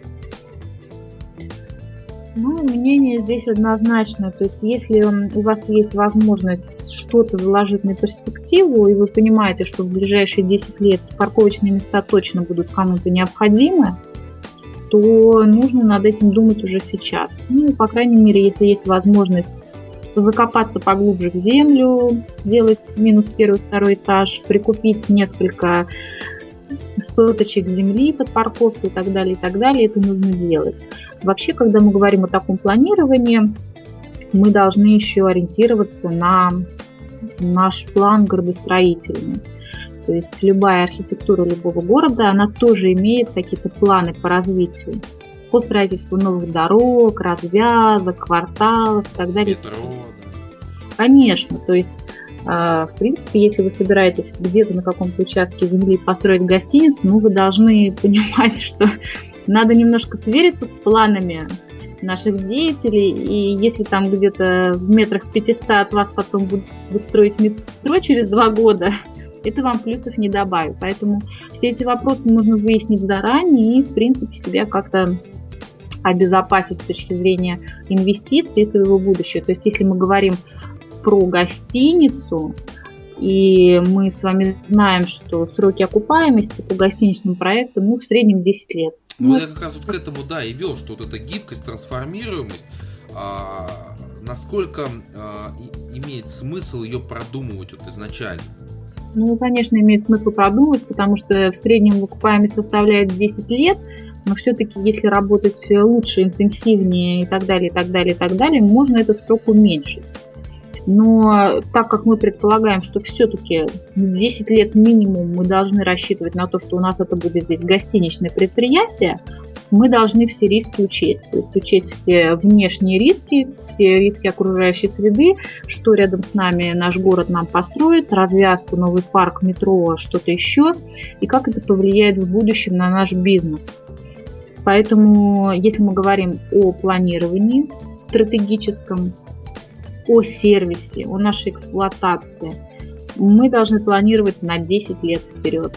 Мнение здесь однозначно. То есть, если у вас есть возможность что-то заложить на перспективу, и вы понимаете, что в ближайшие 10 лет парковочные места точно будут кому-то необходимы, то нужно над этим думать уже сейчас. По крайней мере, если есть возможность закопаться поглубже в землю, сделать минус 1-2 этаж, прикупить несколько соточек земли под парковку и так далее, это нужно делать. Вообще, когда мы говорим о таком планировании, мы должны еще ориентироваться на наш план градостроительный. То есть любая архитектура любого города, она тоже имеет какие-то планы по развитию, по строительству новых дорог, развязок, кварталов и так далее. Метро. Конечно, то есть, в принципе, если вы собираетесь где-то на каком-то участке земли построить гостиницу, вы должны понимать, что надо немножко свериться с планами наших деятелей, и если там где-то в метрах 500 от вас потом будут строить метро через 2 года, это вам плюсов не добавит. Поэтому все эти вопросы нужно выяснить заранее и, в принципе, себя как-то обезопасить с точки зрения инвестиций и своего будущего. То есть, если мы говорим про гостиницу, и мы с вами знаем, что сроки окупаемости по гостиничным проектам, в среднем 10 лет. Я как раз к этому, и вел, что вот эта гибкость, трансформируемость, насколько имеет смысл ее продумывать изначально? Конечно, имеет смысл продумывать, потому что в среднем окупаемость составляет 10 лет, но все-таки, если работать лучше, интенсивнее и так далее, можно этот срок уменьшить. Но так как мы предполагаем, что все-таки 10 лет минимум мы должны рассчитывать на то, что у нас это будет здесь гостиничное предприятие, мы должны все риски учесть. То есть учесть все внешние риски, все риски окружающей среды, что рядом с нами наш город нам построит, развязку, новый парк, метро, что-то еще, и как это повлияет в будущем на наш бизнес. Поэтому, если мы говорим о планировании стратегическом, о сервисе, о нашей эксплуатации, мы должны планировать на 10 лет вперед.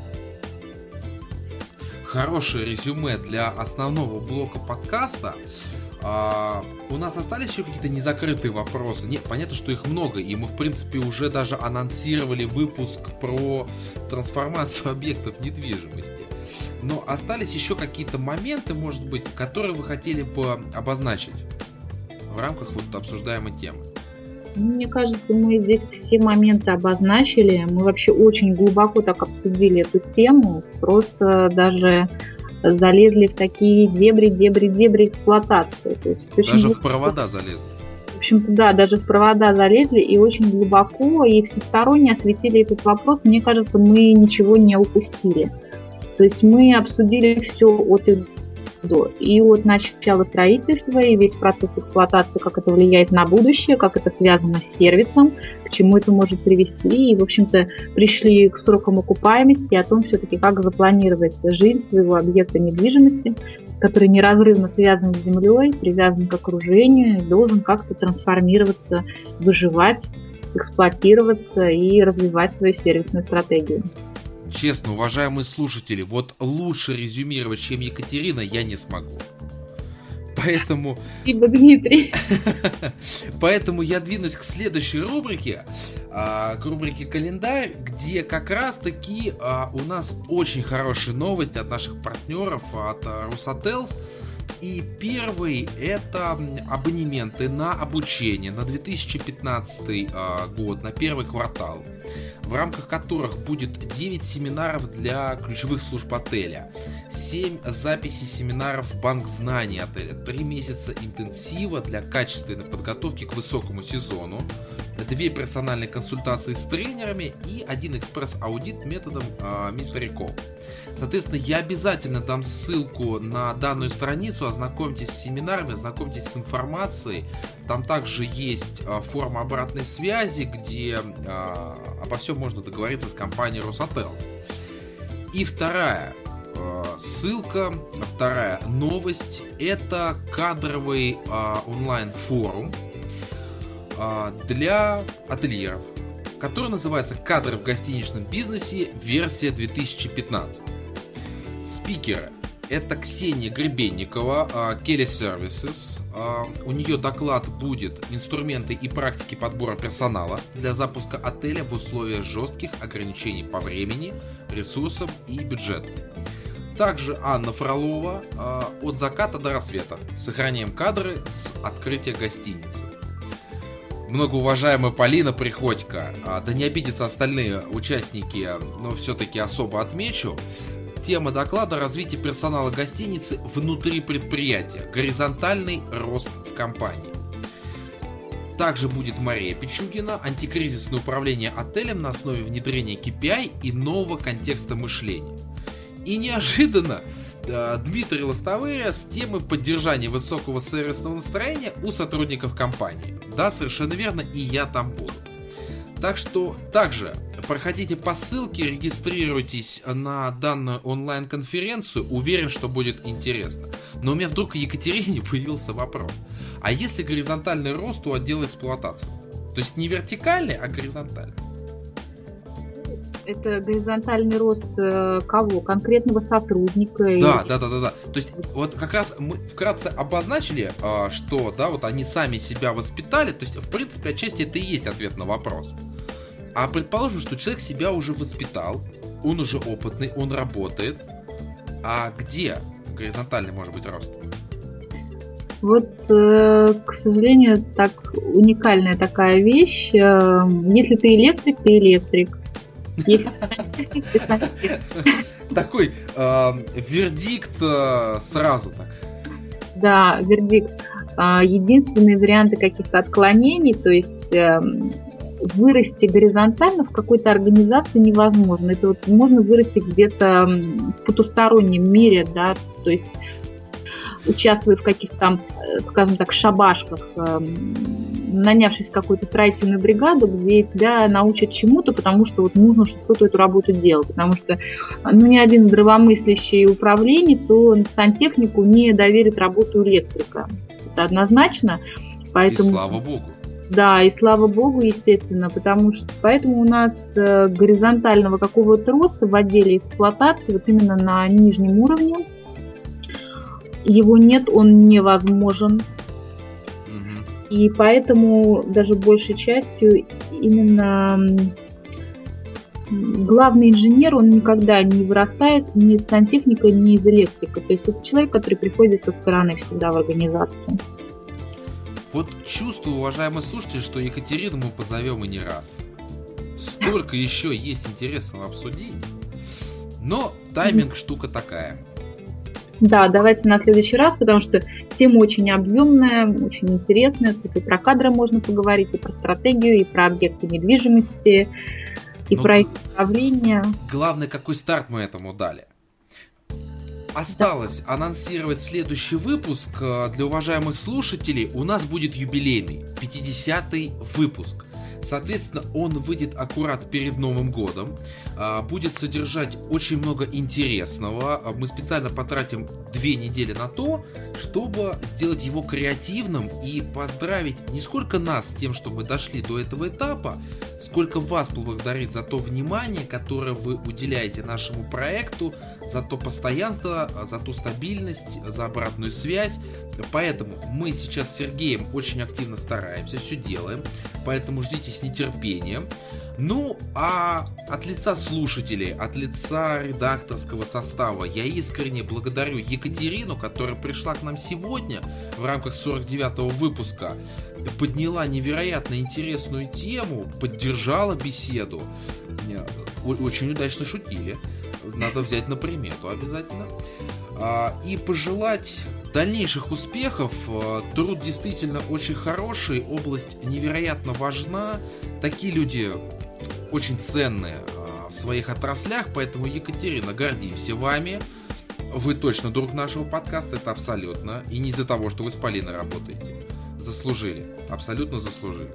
Хорошее резюме для основного блока подкаста. У нас остались еще какие-то незакрытые вопросы? Нет, понятно, что их много, и мы, в принципе, уже даже анонсировали выпуск про трансформацию объектов недвижимости. Но остались еще какие-то моменты, может быть, которые вы хотели бы обозначить в рамках вот обсуждаемой темы? Мне кажется, мы здесь все моменты обозначили. Мы вообще очень глубоко так обсудили эту тему. Просто даже залезли в такие дебри эксплуатации. То есть даже в провода залезли. В общем-то, да, даже в провода залезли и очень глубоко и всесторонне осветили этот вопрос. Мне кажется, мы ничего не упустили. То есть мы обсудили все от и до. И от начала строительства, и весь процесс эксплуатации, как это влияет на будущее, как это связано с сервисом, к чему это может привести. И, в общем-то, пришли к срокам окупаемости, о том все-таки, как запланировать жизнь своего объекта недвижимости, который неразрывно связан с землей, привязан к окружению, должен как-то трансформироваться, выживать, эксплуатироваться и развивать свою сервисную стратегию. Честно, уважаемые слушатели, вот лучше резюмировать, чем Екатерина, я не смогу. Поэтому... Спасибо, Дмитрий. Поэтому я двинусь к следующей рубрике, к рубрике «Календарь», где как раз-таки у нас очень хорошие новости от наших партнеров, от Rusotels. И первый – это абонементы на обучение на 2015 год, на первый квартал, в рамках которых будет 9 семинаров для ключевых служб отеля, 7 записей семинаров в банк знаний отеля, 3 месяца интенсива для качественной подготовки к высокому сезону, 2 персональные консультации с тренерами и 1 экспресс-аудит методом Mystery Call. Соответственно, я обязательно дам ссылку на данную страницу, ознакомьтесь с семинарами, ознакомьтесь с информацией. Там также есть форма обратной связи, где обо всем можно договориться с компанией Rusotels. И вторая ссылка, вторая новость – это кадровый онлайн-форум для ательеров, который называется «Кадры в гостиничном бизнесе. Версия 2015». Спикеры – это Ксения Гребенникова, Kelly Services. У нее доклад будет «Инструменты и практики подбора персонала для запуска отеля в условиях жестких ограничений по времени, ресурсам и бюджету». Также Анна Фролова «От заката до рассвета. Сохраняем кадры с открытия гостиницы». Многоуважаемая Полина Приходько, да не обидятся остальные участники, но все-таки особо отмечу. Тема доклада – развитие персонала гостиницы внутри предприятия. Горизонтальный рост в компании. Также будет Мария Пичугина, антикризисное управление отелем на основе внедрения KPI и нового контекста мышления. И неожиданно Дмитрий Лостовыря с темой поддержания высокого сервисного настроения у сотрудников компании. Да, совершенно верно, и я там буду. Так что также проходите по ссылке, регистрируйтесь на данную онлайн-конференцию, уверен, что будет интересно. Но у меня вдруг к Екатерине появился вопрос. А если горизонтальный рост у отдела эксплуатации? То есть не вертикальный, а горизонтальный? Это горизонтальный рост кого? Конкретного сотрудника? Да. То есть вот как раз мы вкратце обозначили, что да, вот они сами себя воспитали. То есть в принципе отчасти это и есть ответ на вопрос. А предположим, что человек себя уже воспитал, он уже опытный, он работает. А где горизонтальный может быть рост? Вот, к сожалению, так уникальная такая вещь. Если ты электрик, ты электрик. Такой вердикт сразу так. Да, вердикт. Единственные варианты каких-то отклонений, то есть вырасти горизонтально в какой-то организации невозможно. Это вот можно вырасти где-то в потустороннем мире, да, то есть участвуя в каких-то там, скажем так, шабашках, нанявшись в какую-то строительную бригаду, где тебя научат чему-то, потому что вот нужно, чтобы кто-то эту работу делал. Потому что ни один здравомыслящий управленец, он сантехнику не доверит работу электрика. Это однозначно. Поэтому, и слава богу. Да, и слава богу, естественно, потому что поэтому у нас горизонтального какого-то роста в отделе эксплуатации, вот именно на нижнем уровне, его нет, он невозможен. И поэтому даже большей частью именно главный инженер, он никогда не вырастает ни из сантехника, ни из электрика. То есть это человек, который приходит со стороны всегда в организацию. Вот чувствую, уважаемые слушатели, что Екатерину мы позовем и не раз. Столько еще есть интересного обсудить. Но тайминг штука такая. Да, давайте на следующий раз, потому что тема очень объемная, очень интересная. Тут и про кадры можно поговорить, и про стратегию, и про объекты недвижимости, и про их управление. Главное, какой старт мы этому дали. Осталось анонсировать следующий выпуск для уважаемых слушателей. У нас будет юбилейный, 50-й выпуск. Соответственно, он выйдет аккурат перед Новым годом. Будет содержать очень много интересного. Мы специально потратим 2 недели на то, чтобы сделать его креативным и поздравить не сколько нас с тем, что мы дошли до этого этапа, сколько вас поблагодарить за то внимание, которое вы уделяете нашему проекту, за то постоянство, за ту стабильность, за обратную связь. Поэтому мы сейчас с Сергеем очень активно стараемся, все делаем. Поэтому ждите с нетерпением. Ну, а от лица слушателей, от лица редакторского состава я искренне благодарю Екатерину, которая пришла к нам сегодня в рамках 49-го выпуска, подняла невероятно интересную тему, поддержала беседу. Очень удачно шутили. Надо взять на примету обязательно. И пожелать дальнейших успехов. Труд действительно очень хороший, область невероятно важна. Такие люди очень ценные в своих отраслях, поэтому, Екатерина, гордимся вами. Вы точно друг нашего подкаста, это абсолютно. И не из-за того, что вы с Полиной работаете. Заслужили, абсолютно заслужили.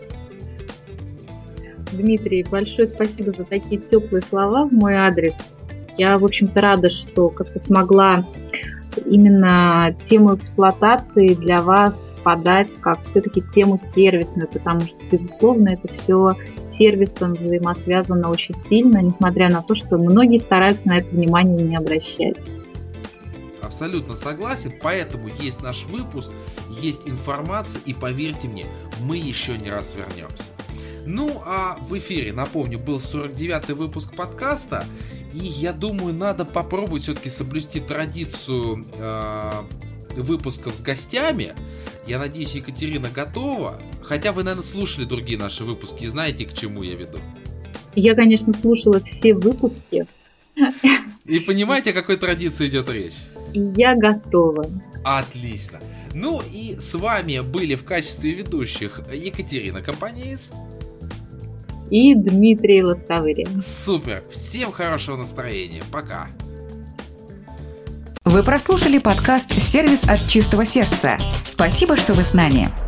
Дмитрий, большое спасибо за такие теплые слова в мой адрес. Я, в общем-то, рада, что как-то смогла именно тему эксплуатации для вас подать как все-таки тему сервисную, потому что, безусловно, это все с сервисом взаимосвязано очень сильно, несмотря на то, что многие стараются на это внимание не обращать. Абсолютно согласен, поэтому есть наш выпуск, есть информация, и поверьте мне, мы еще не раз вернемся. Ну, а в эфире, напомню, был 49-й выпуск подкаста, и я думаю, надо попробовать все-таки соблюсти традицию выпусков с гостями. Я надеюсь, Екатерина готова, хотя вы, наверное, слушали другие наши выпуски и знаете, к чему я веду. Я, конечно, слушала все выпуски. И понимаете, о какой традиции идет речь? Я готова. Отлично. Ну и с вами были в качестве ведущих Екатерина Компаниец и Дмитрий Лостовырин. Супер. Всем хорошего настроения. Пока. Вы прослушали подкаст «Сервис от чистого сердца». Спасибо, что вы с нами.